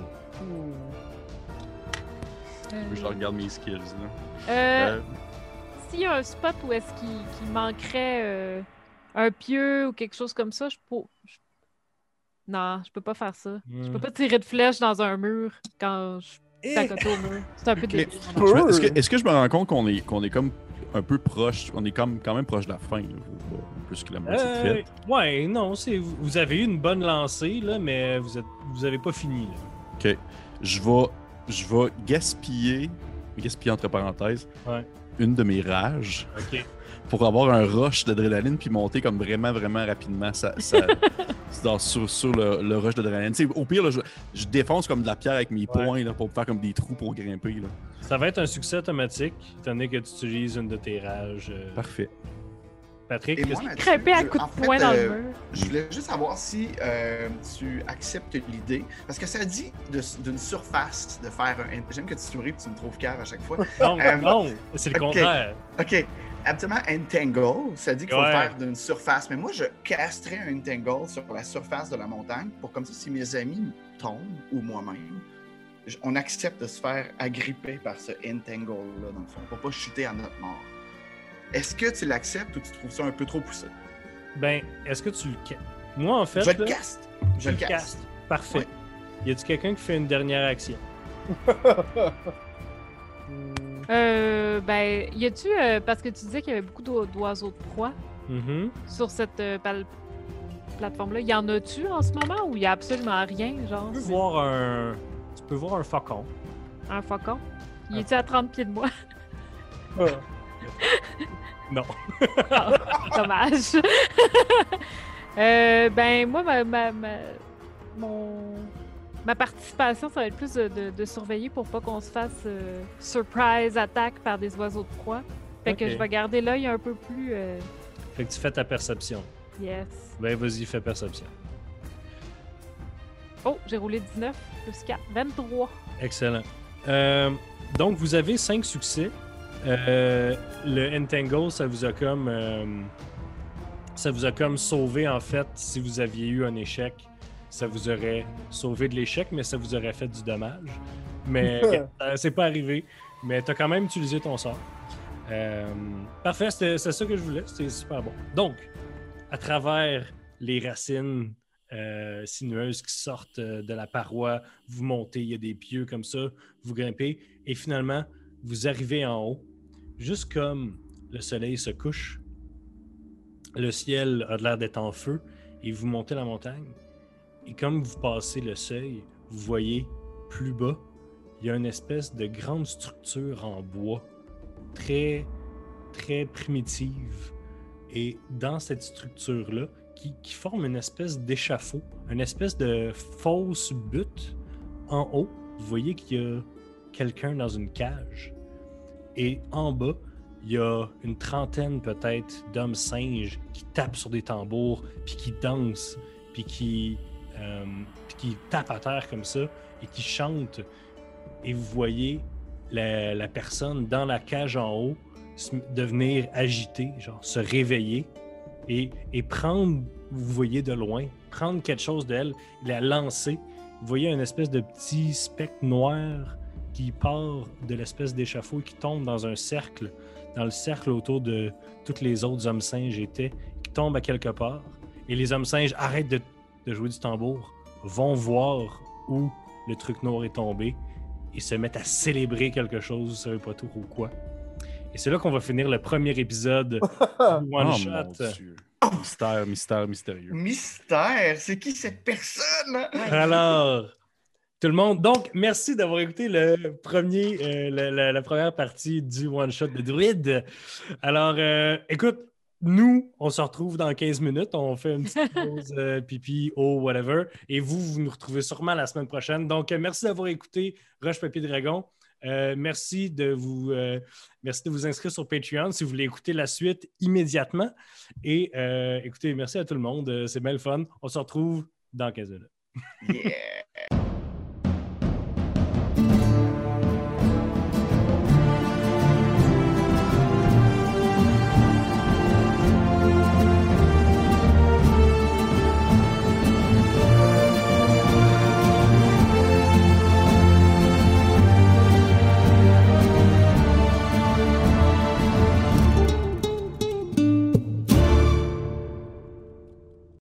Je regarde mes skills. Là. Euh, Euh, S'il y a un spot où est-ce qu'il qu'il manquerait euh, un pieu ou quelque chose comme ça, je peux. je- Non, je peux pas faire ça. Je peux Hmm. pas tirer de flèche dans un mur quand je suis à côté au mur. C'est un peu Mais- débile. peux- je me- Est-ce que, est-ce que je me rends compte qu'on est, qu'on est comme un peu proche, on est comme, quand même proche de la fin, là, plus que la moitié de Euh, fait. ouais, non, c'est vous vous avez eu une bonne lancée, là, mais vous êtes, vous avez pas fini. Là. Ok, je vais, je vais gaspiller, gaspiller entre parenthèses, Ouais. une de mes rages Ok. pour avoir un rush d'adrénaline puis monter comme vraiment, vraiment rapidement ça, ça, c'est dans- sur, sur le, le rush d'adrénaline. Tu sais, au pire, là, je, je défonce comme de la pierre avec mes Ouais. poings là, pour faire comme des trous pour grimper. Là. Ça va être un succès automatique, étant donné que tu utilises une de tes rages. euh, Parfait. Patrick, Et moi, qu'est-ce- là-dessus, Crêper à je- coups de en fait, poing dans euh, le mur. Je voulais juste savoir si euh, tu acceptes l'idée. Parce que ça dit de- d'une surface de faire un. J'aime que tu souris et tu me trouves cave à chaque fois. non, Euh, non, c'est le ok. contraire. OK. Habituellement, entangle, ça dit qu'il faut Ouais. le faire d'une surface. Mais moi, je casterais un entangle sur la surface de la montagne pour comme ça, si mes amis tombent ou moi-même, je- on accepte de se faire agripper par ce entangle-là, dans le fond, pour pas chuter à notre mort. Est-ce que tu l'acceptes ou tu trouves ça un peu trop poussé? Ben, est-ce que tu le castes? Moi, en fait, je le là, caste. tu Je le le caste. castes. Parfait. Ouais. Y a-tu quelqu'un qui fait une dernière action? Hmm, Euh, ben, y a-tu. euh, parce que tu disais qu'il y avait beaucoup d'o- d'oiseaux de proie Mhm. sur cette euh, pal- plateforme-là. Y en a-tu en ce moment ou y a absolument rien, genre? Tu peux c'est voir un. Tu peux voir un faucon. Un faucon? Y est-tu à trente pieds de moi? Non. Dommage. Euh, ben, moi, ma, ma, ma- mon, ma participation, ça va être plus de, de- de surveiller pour pas qu'on se fasse euh, surprise attaque par des oiseaux de proie. Fait que Ok. je vais garder l'œil un peu plus. euh, Fait que tu fais ta perception. yes. Ben, vas-y, fais perception. Oh, j'ai roulé dix-neuf plus quatre. vingt-trois. Excellent. Euh, donc, vous avez cinq succès. Euh, le Entangle, ça vous a comme. euh, ça vous a comme sauvé, en fait, si vous aviez eu un échec. Ça vous aurait sauvé de l'échec, mais ça vous aurait fait du dommage. mais euh, c'est pas arrivé. Mais tu as quand même utilisé ton sort. Euh, parfait, c'est ça que je voulais. C'était super bon. Donc, à travers les racines euh, sinueuses qui sortent de la paroi, vous montez, il y a des pieux comme ça, vous grimpez, et finalement, vous arrivez en haut. Juste comme le soleil se couche, le ciel a l'air d'être en feu, et vous montez la montagne. Et comme vous passez le seuil, vous voyez plus bas, il y a une espèce de grande structure en bois, très, très primitive. Et dans cette structure-là, qui, qui forme une espèce d'échafaud, une espèce de fausse butte, en haut, vous voyez qu'il y a quelqu'un dans une cage. Et en bas, il y a une trentaine peut-être d'hommes singes qui tapent sur des tambours, puis qui dansent, puis qui, euh, puis qui tapent à terre comme ça, et qui chantent. Et vous voyez la, la personne dans la cage en haut se, devenir agitée, genre se réveiller, et, et prendre, vous voyez de loin, prendre quelque chose d'elle, la lancer. Vous voyez une espèce de petit spectre noir qui part de l'espèce d'échafaud et qui tombe dans un cercle, dans le cercle autour de tous les autres hommes singes étaient, qui tombe à quelque part. Et les hommes singes arrêtent de, de jouer du tambour, vont voir où le truc noir est tombé et se mettent à célébrer quelque chose, vous ne savez pas trop quoi. Et c'est là qu'on va finir le premier épisode du One Oh, Shot. mon Dieu. Mystère, mystère, mystérieux. Mystère, c'est qui cette personne? Alors, tout le monde, donc merci d'avoir écouté le premier, euh, la, la, la première partie du One Shot de Druide. Alors, euh, écoute, nous, on se retrouve dans quinze minutes. On fait une petite pause euh, pipi, eau, whatever. Et vous, vous nous retrouvez sûrement la semaine prochaine. Donc, euh, merci d'avoir écouté Roche Papier Dragon. Euh, merci de vous euh, merci de vous inscrire sur Patreon si vous voulez écouter la suite immédiatement. Et euh, écoutez, merci à tout le monde. C'est bien le fun. On se retrouve dans quinze minutes. Yeah!